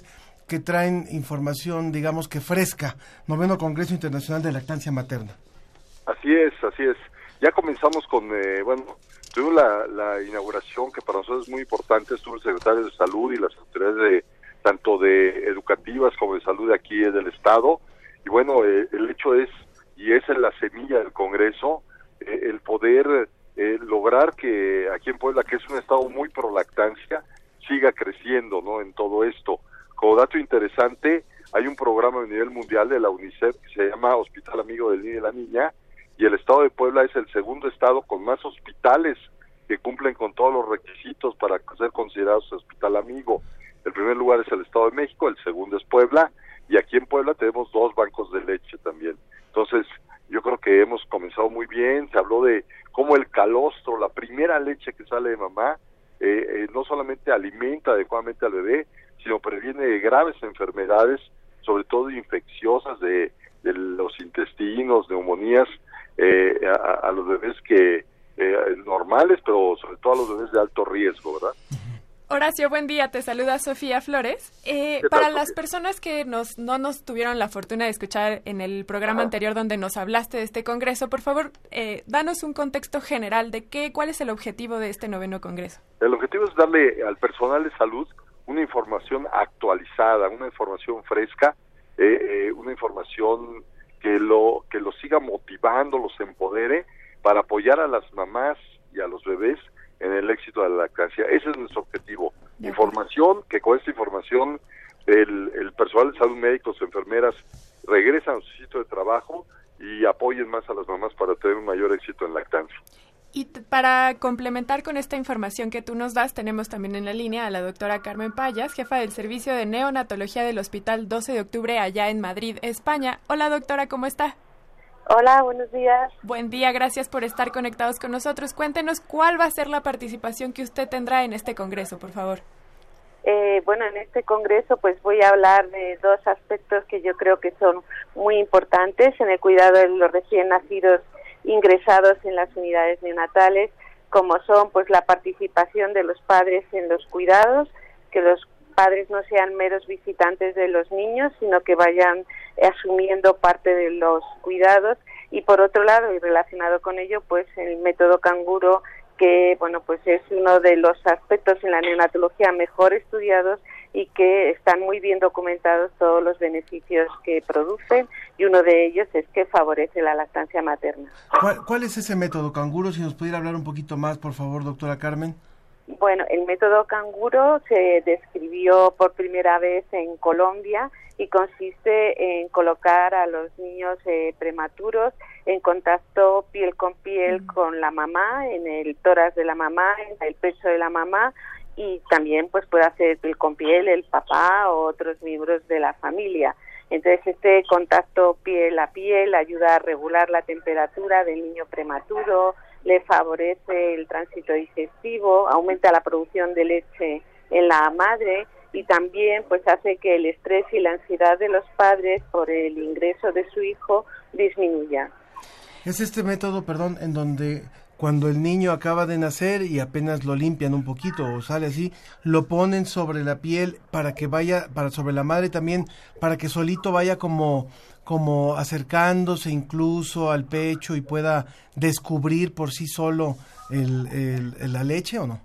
que traen información, digamos que fresca, noveno Congreso Internacional de Lactancia Materna. Así es, así es. Ya comenzamos con, eh, bueno, tuvimos la, la inauguración que para nosotros es muy importante, estuvo el secretario de Salud y las autoridades de, tanto de educativas como de salud de aquí del Estado, y bueno, eh, el hecho es, y esa es la semilla del Congreso, eh, el poder eh, lograr que aquí en Puebla, que es un estado muy pro lactancia, siga creciendo, ¿no?, en todo esto. Como dato interesante, hay un programa a nivel mundial de la UNICEF que se llama Hospital Amigo del Niño y de la Niña, y el estado de Puebla es el segundo estado con más hospitales que cumplen con todos los requisitos para ser considerados hospital amigo. El primer lugar es el Estado de México, el segundo es Puebla, y aquí en Puebla tenemos dos bancos de leche también. Entonces, yo creo que hemos comenzado muy bien. Se habló de cómo el calostro, la primera leche que sale de mamá, eh, eh, no solamente alimenta adecuadamente al bebé, sino previene graves enfermedades, sobre todo infecciosas de, de los intestinos, neumonías, eh, a, a los bebés que eh, normales, pero sobre todo a los bebés de alto riesgo, ¿verdad? Horacio, buen día, te saluda Sofía Flores. Eh, para las personas que nos, no nos tuvieron la fortuna de escuchar en el programa Ajá. anterior donde nos hablaste de este congreso, por favor, eh, danos un contexto general de qué, cuál es el objetivo de este noveno congreso. El objetivo es darle al personal de salud una información actualizada, una información fresca, eh, eh, una información que lo que los siga motivando, los empodere para apoyar a las mamás y a los bebés en el éxito de la lactancia. Ese es nuestro objetivo. De información, que con esta información el, el personal de salud, médicos, enfermeras, regresan a su sitio de trabajo y apoyen más a las mamás para tener un mayor éxito en lactancia. Y t- para complementar con esta información que tú nos das, tenemos también en la línea a la doctora Carmen Payas, jefa del Servicio de Neonatología del Hospital doce de octubre allá en Madrid, España. Hola doctora, ¿cómo está? Hola, buenos días. Buen día, gracias por estar conectados con nosotros. Cuéntenos cuál va a ser la participación que usted tendrá en este congreso, por favor. Eh, bueno, en este congreso pues voy a hablar de dos aspectos que yo creo que son muy importantes en el cuidado de los recién nacidos ingresados en las unidades neonatales, como son pues la participación de los padres en los cuidados, que los padres no sean meros visitantes de los niños, sino que vayan asumiendo parte de los cuidados, y por otro lado, y relacionado con ello, pues el método canguro, que bueno, pues es uno de los aspectos en la neonatología mejor estudiados y que están muy bien documentados todos los beneficios que producen, y uno de ellos es que favorece la lactancia materna. ¿Cuál, cuál es ese método canguro? Si nos pudiera hablar un poquito más, por favor, doctora Carmen. Bueno, el método canguro se describió por primera vez en Colombia y consiste en colocar a los niños eh, prematuros en contacto piel con piel mm. con la mamá, en el tórax de la mamá, en el pecho de la mamá, y también pues puede hacer piel con piel el papá o otros miembros de la familia. Entonces este contacto piel a piel ayuda a regular la temperatura del niño prematuro, le favorece el tránsito digestivo, aumenta la producción de leche en la madre y también pues hace que el estrés y la ansiedad de los padres por el ingreso de su hijo disminuya. Es este método, perdón, en donde cuando el niño acaba de nacer y apenas lo limpian un poquito o sale así, lo ponen sobre la piel para que vaya, para sobre la madre también, para que solito vaya como, como acercándose incluso al pecho y pueda descubrir por sí solo el, el, el la leche, ¿o no?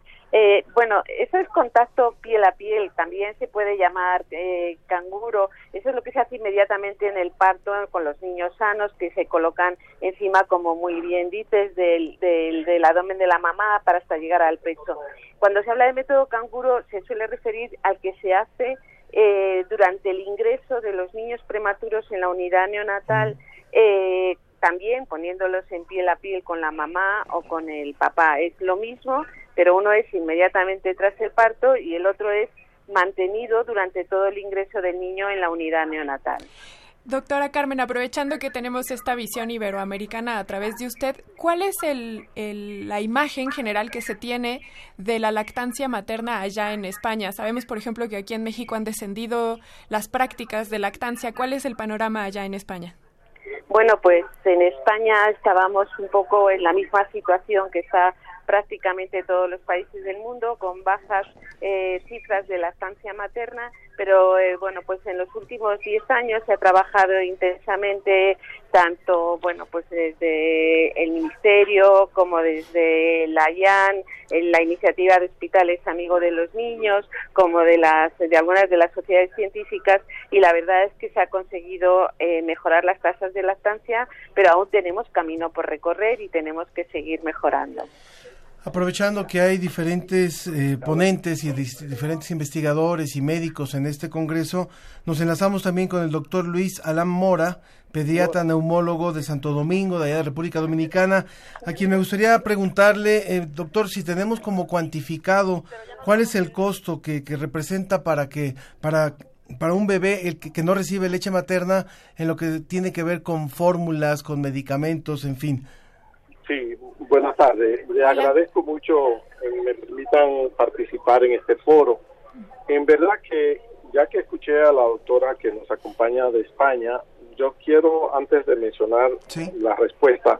Eh, bueno, eso es contacto piel a piel, también se puede llamar eh, canguro. Eso es lo que se hace inmediatamente en el parto con los niños sanos, que se colocan encima, como muy bien dices, del, del, del abdomen de la mamá para hasta llegar al pecho. Cuando se habla de método canguro se suele referir al que se hace eh, durante el ingreso de los niños prematuros en la unidad neonatal, eh, también poniéndolos en piel a piel con la mamá o con el papá. Es lo mismo, pero uno es inmediatamente tras el parto y el otro es mantenido durante todo el ingreso del niño en la unidad neonatal. Doctora Carmen, aprovechando que tenemos esta visión iberoamericana a través de usted, ¿cuál es el, el, la imagen general que se tiene de la lactancia materna allá en España? Sabemos, por ejemplo, que aquí en México han descendido las prácticas de lactancia. ¿Cuál es el panorama allá en España? Bueno, pues en España estábamos un poco en la misma situación que está prácticamente todos los países del mundo, con bajas eh, cifras de lactancia materna, pero eh, bueno, pues en los últimos diez años se ha trabajado intensamente, tanto bueno pues desde el Ministerio como desde la I A N, en la iniciativa de Hospitales Amigo de los Niños, como de las de algunas de las sociedades científicas, y la verdad es que se ha conseguido eh, mejorar las tasas de lactancia, pero aún tenemos camino por recorrer y tenemos que seguir mejorando. Aprovechando que hay diferentes eh, ponentes y dis- diferentes investigadores y médicos en este congreso, nos enlazamos también con el doctor Luis Alam Mora, pediatra neumólogo de Santo Domingo, de allá de República Dominicana, a quien me gustaría preguntarle, eh, doctor, si tenemos como cuantificado cuál es el costo que, que representa para que para para un bebé el que, que no recibe leche materna en lo que tiene que ver con fórmulas, con medicamentos, en fin. Sí, buenas tardes. Le agradezco mucho que me permitan participar en este foro. En verdad que, ya que escuché a la doctora que nos acompaña de España, yo quiero, antes de mencionar ¿Sí? la respuesta,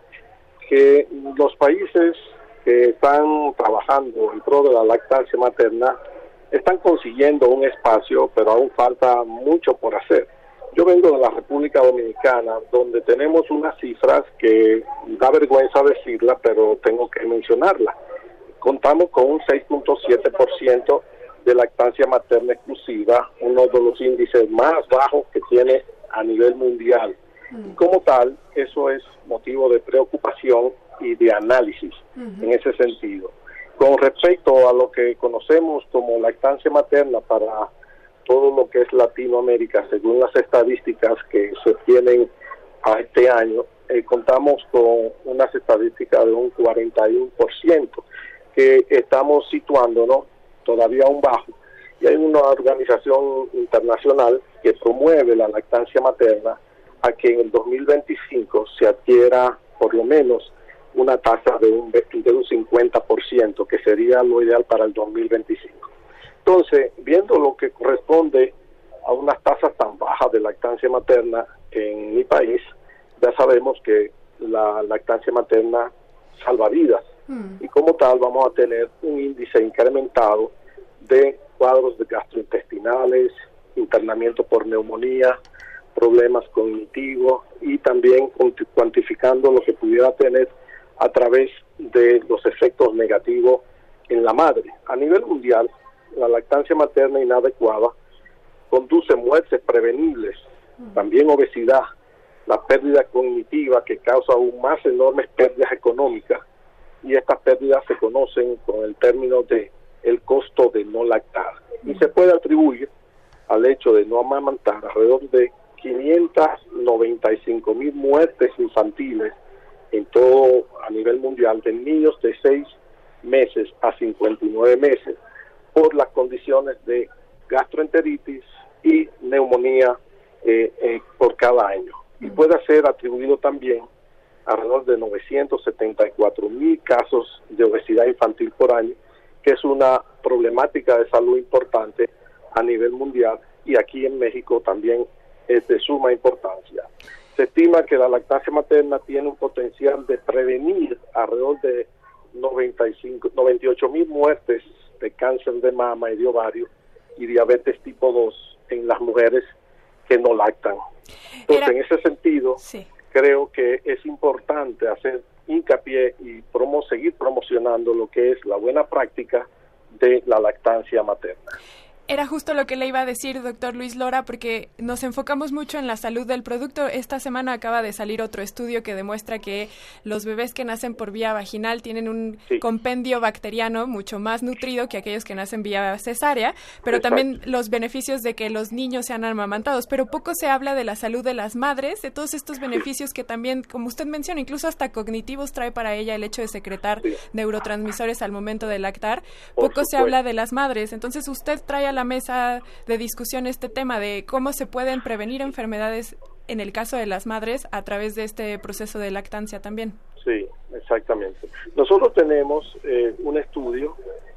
que los países que están trabajando en pro de la lactancia materna están consiguiendo un espacio, pero aún falta mucho por hacer. Yo vengo de la República Dominicana, donde tenemos unas cifras que da vergüenza decirla, pero tengo que mencionarla. Contamos con un seis punto siete por ciento de lactancia materna exclusiva, uno de los índices más bajos que tiene a nivel mundial. Y como tal, eso es motivo de preocupación y de análisis uh-huh. en ese sentido. Con respecto a lo que conocemos como lactancia materna para todo lo que es Latinoamérica, según las estadísticas que se tienen a este año, eh, contamos con unas estadísticas de un cuarenta y uno por ciento, que estamos situándonos todavía aún bajo. Y hay una organización internacional que promueve la lactancia materna a que en el dos mil veinticinco se adquiera por lo menos una tasa de un, de un cincuenta por ciento, que sería lo ideal para el dos mil veinticinco. Entonces, viendo lo que corresponde a unas tasas tan bajas de lactancia materna en mi país, ya sabemos que la lactancia materna salva vidas. Mm. Y como tal vamos a tener un índice incrementado de cuadros de gastrointestinales, internamiento por neumonía, problemas cognitivos y también cuantificando lo que pudiera tener a través de los efectos negativos en la madre. A nivel mundial, la lactancia materna inadecuada conduce muertes prevenibles, también obesidad, la pérdida cognitiva que causa aún más enormes pérdidas económicas, y estas pérdidas se conocen con el término de el costo de no lactar, y se puede atribuir al hecho de no amamantar alrededor de quinientas noventa y cinco mil muertes infantiles en todo a nivel mundial de niños de seis meses a cincuenta y nueve meses por las condiciones de gastroenteritis y neumonía eh, eh, por cada año. Y puede ser atribuido también alrededor de novecientos setenta y cuatro mil casos de obesidad infantil por año, que es una problemática de salud importante a nivel mundial, y aquí en México también es de suma importancia. Se estima que la lactancia materna tiene un potencial de prevenir alrededor de noventa y cinco, noventa y ocho mil muertes de cáncer de mama y de ovario y diabetes tipo dos en las mujeres que no lactan. Entonces, Era... en ese sentido, sí. creo que es importante hacer hincapié y promo, seguir promocionando lo que es la buena práctica de la lactancia materna. Era justo lo que le iba a decir, doctor Luis Lora, porque nos enfocamos mucho en la salud del producto. Esta semana acaba de salir otro estudio que demuestra que los bebés que nacen por vía vaginal tienen un sí. compendio bacteriano mucho más nutrido que aquellos que nacen vía cesárea, pero Exacto. también los beneficios de que los niños sean amamantados. Pero poco se habla de la salud de las madres, de todos estos beneficios que también, como usted menciona, incluso hasta cognitivos trae para ella el hecho de secretar sí. neurotransmisores al momento de lactar. Por poco supuesto. Se habla de las madres. Entonces usted trae a la mesa de discusión este tema de cómo se pueden prevenir enfermedades en el caso de las madres a través de este proceso de lactancia también. Sí, exactamente. Nosotros tenemos eh, un estudio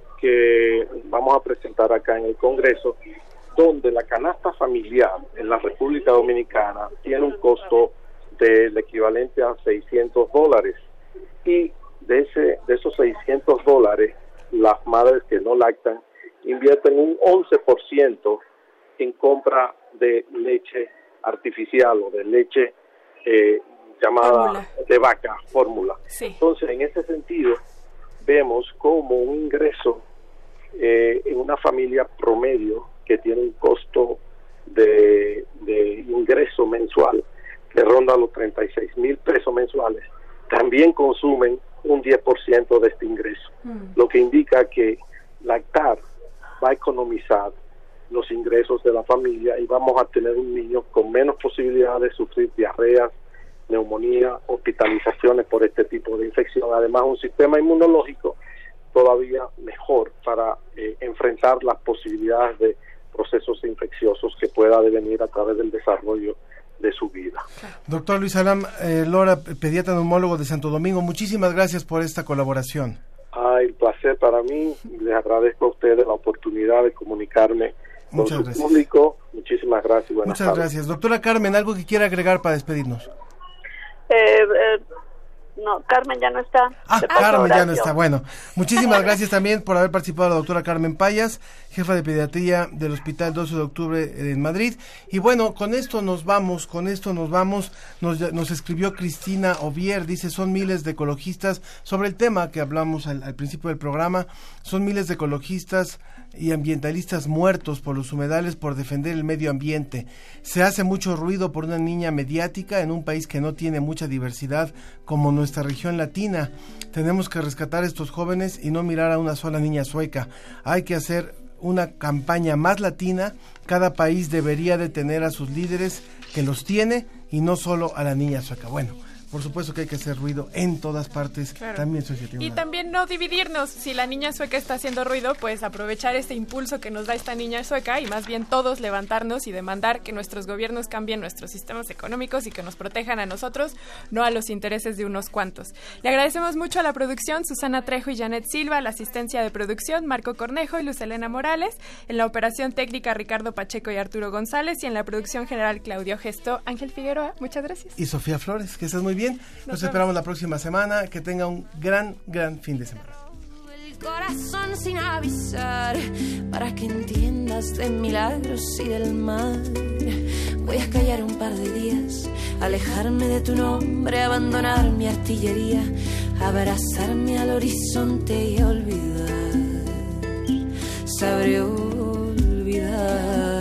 que vamos a presentar acá en el Congreso, donde la canasta familiar en la República Dominicana tiene un costo del equivalente a seiscientos dólares, y de ese de esos seiscientos dólares, las madres que no lactan invierten un once por ciento en compra de leche artificial o de leche eh, llamada fórmula. De vaca, fórmula. Sí. Entonces, en ese sentido, vemos como un ingreso eh, en una familia promedio que tiene un costo de, de ingreso mensual que ronda los treinta y seis mil pesos mensuales, también consumen un diez por ciento de este ingreso, mm. lo que indica que lactar va a economizar los ingresos de la familia y vamos a tener un niño con menos posibilidades de sufrir diarreas, neumonía, hospitalizaciones por este tipo de infección. Además, un sistema inmunológico todavía mejor para eh, enfrentar las posibilidades de procesos infecciosos que pueda devenir a través del desarrollo de su vida. Doctor Luis Alam eh, Lora, pediatra neumólogo de Santo Domingo, muchísimas gracias por esta colaboración. Ah, el placer para mí, les agradezco a ustedes la oportunidad de comunicarme Muchas con gracias. su público. Muchísimas gracias y buenas Muchas tardes. gracias. Doctora Carmen, ¿algo que quiera agregar para despedirnos? Eh, eh, no, Carmen ya no está. Ah, Carmen ya no está. Bueno, muchísimas gracias también por haber participado la doctora Carmen Payas, jefa de pediatría del Hospital doce de octubre en Madrid. Y bueno, con esto nos vamos, con esto nos vamos. Nos, nos escribió Cristina Ovier, dice, son miles de ecologistas, sobre el tema que hablamos al, al principio del programa, son miles de ecologistas y ambientalistas muertos por los humedales por defender el medio ambiente. Se hace mucho ruido por una niña mediática en un país que no tiene mucha diversidad como nuestra región latina. Tenemos que rescatar a estos jóvenes y no mirar a una sola niña sueca. Hay que hacer una campaña más latina. Cada país debería de tener a sus líderes que los tiene y no solo a la niña sueca. Bueno, por supuesto que hay que hacer ruido en todas partes, claro. También asociativo. Y también no dividirnos. Si la niña sueca está haciendo ruido, pues aprovechar este impulso que nos da esta niña sueca y más bien todos levantarnos y demandar que nuestros gobiernos cambien nuestros sistemas económicos y que nos protejan a nosotros, no a los intereses de unos cuantos. Le agradecemos mucho a la producción, Susana Trejo y Janet Silva, la asistencia de producción, Marco Cornejo y Luz Elena Morales, en la operación técnica, Ricardo Pacheco y Arturo González, y en la producción general, Claudio Gesto, Ángel Figueroa. Muchas gracias. Y Sofía Flores, que estés muy bien. Nos, Nos esperamos la próxima semana. Que tenga un gran, gran fin de semana. El corazón sin avisar, para que entiendas de milagros y del mar. Voy a callar un par de días, alejarme de tu nombre, abandonar mi artillería, abrazarme al horizonte y olvidar. Sabré olvidar.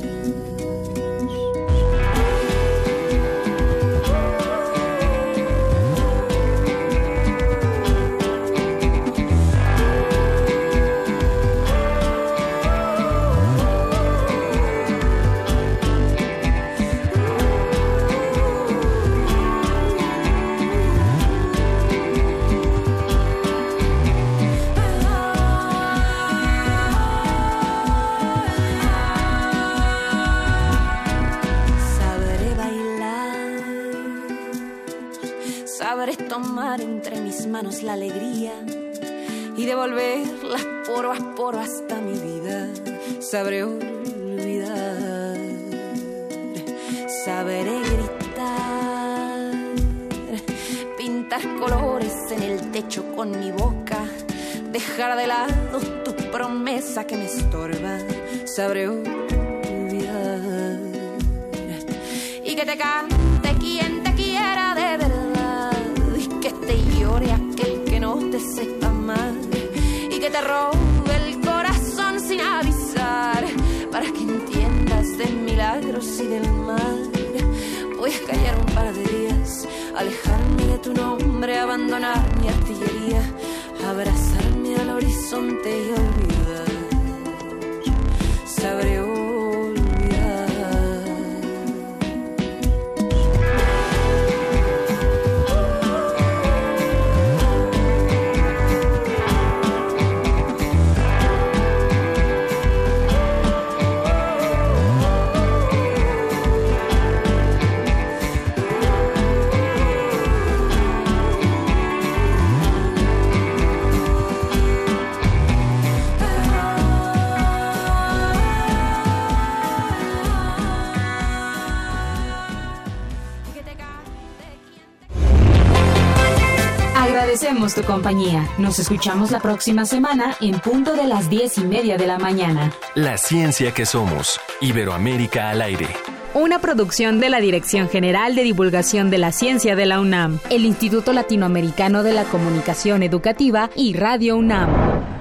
Sabré tomar entre mis manos la alegría y devolverla poro a poro hasta mi vida. Sabré olvidar, sabré gritar, pintar colores en el techo con mi boca, dejar de lado tu promesa que me estorba. Sabré olvidar y que te cante quien te quiera de verdad, y que te llore aquel que no te sepa amar, y que te robe el corazón sin avisar, para que entiendas de milagros y del mal. Voy a callar un par de días, alejarme de tu nombre, abandonar mi artillería, abrazarme al horizonte y olvidar. Sabré olvidar. Agradecemos tu compañía. Nos escuchamos la próxima semana en punto de las diez y media de la mañana. La ciencia que somos. Iberoamérica al aire. Una producción de la Dirección General de Divulgación de la Ciencia de la UNAM, el Instituto Latinoamericano de la Comunicación Educativa y Radio UNAM.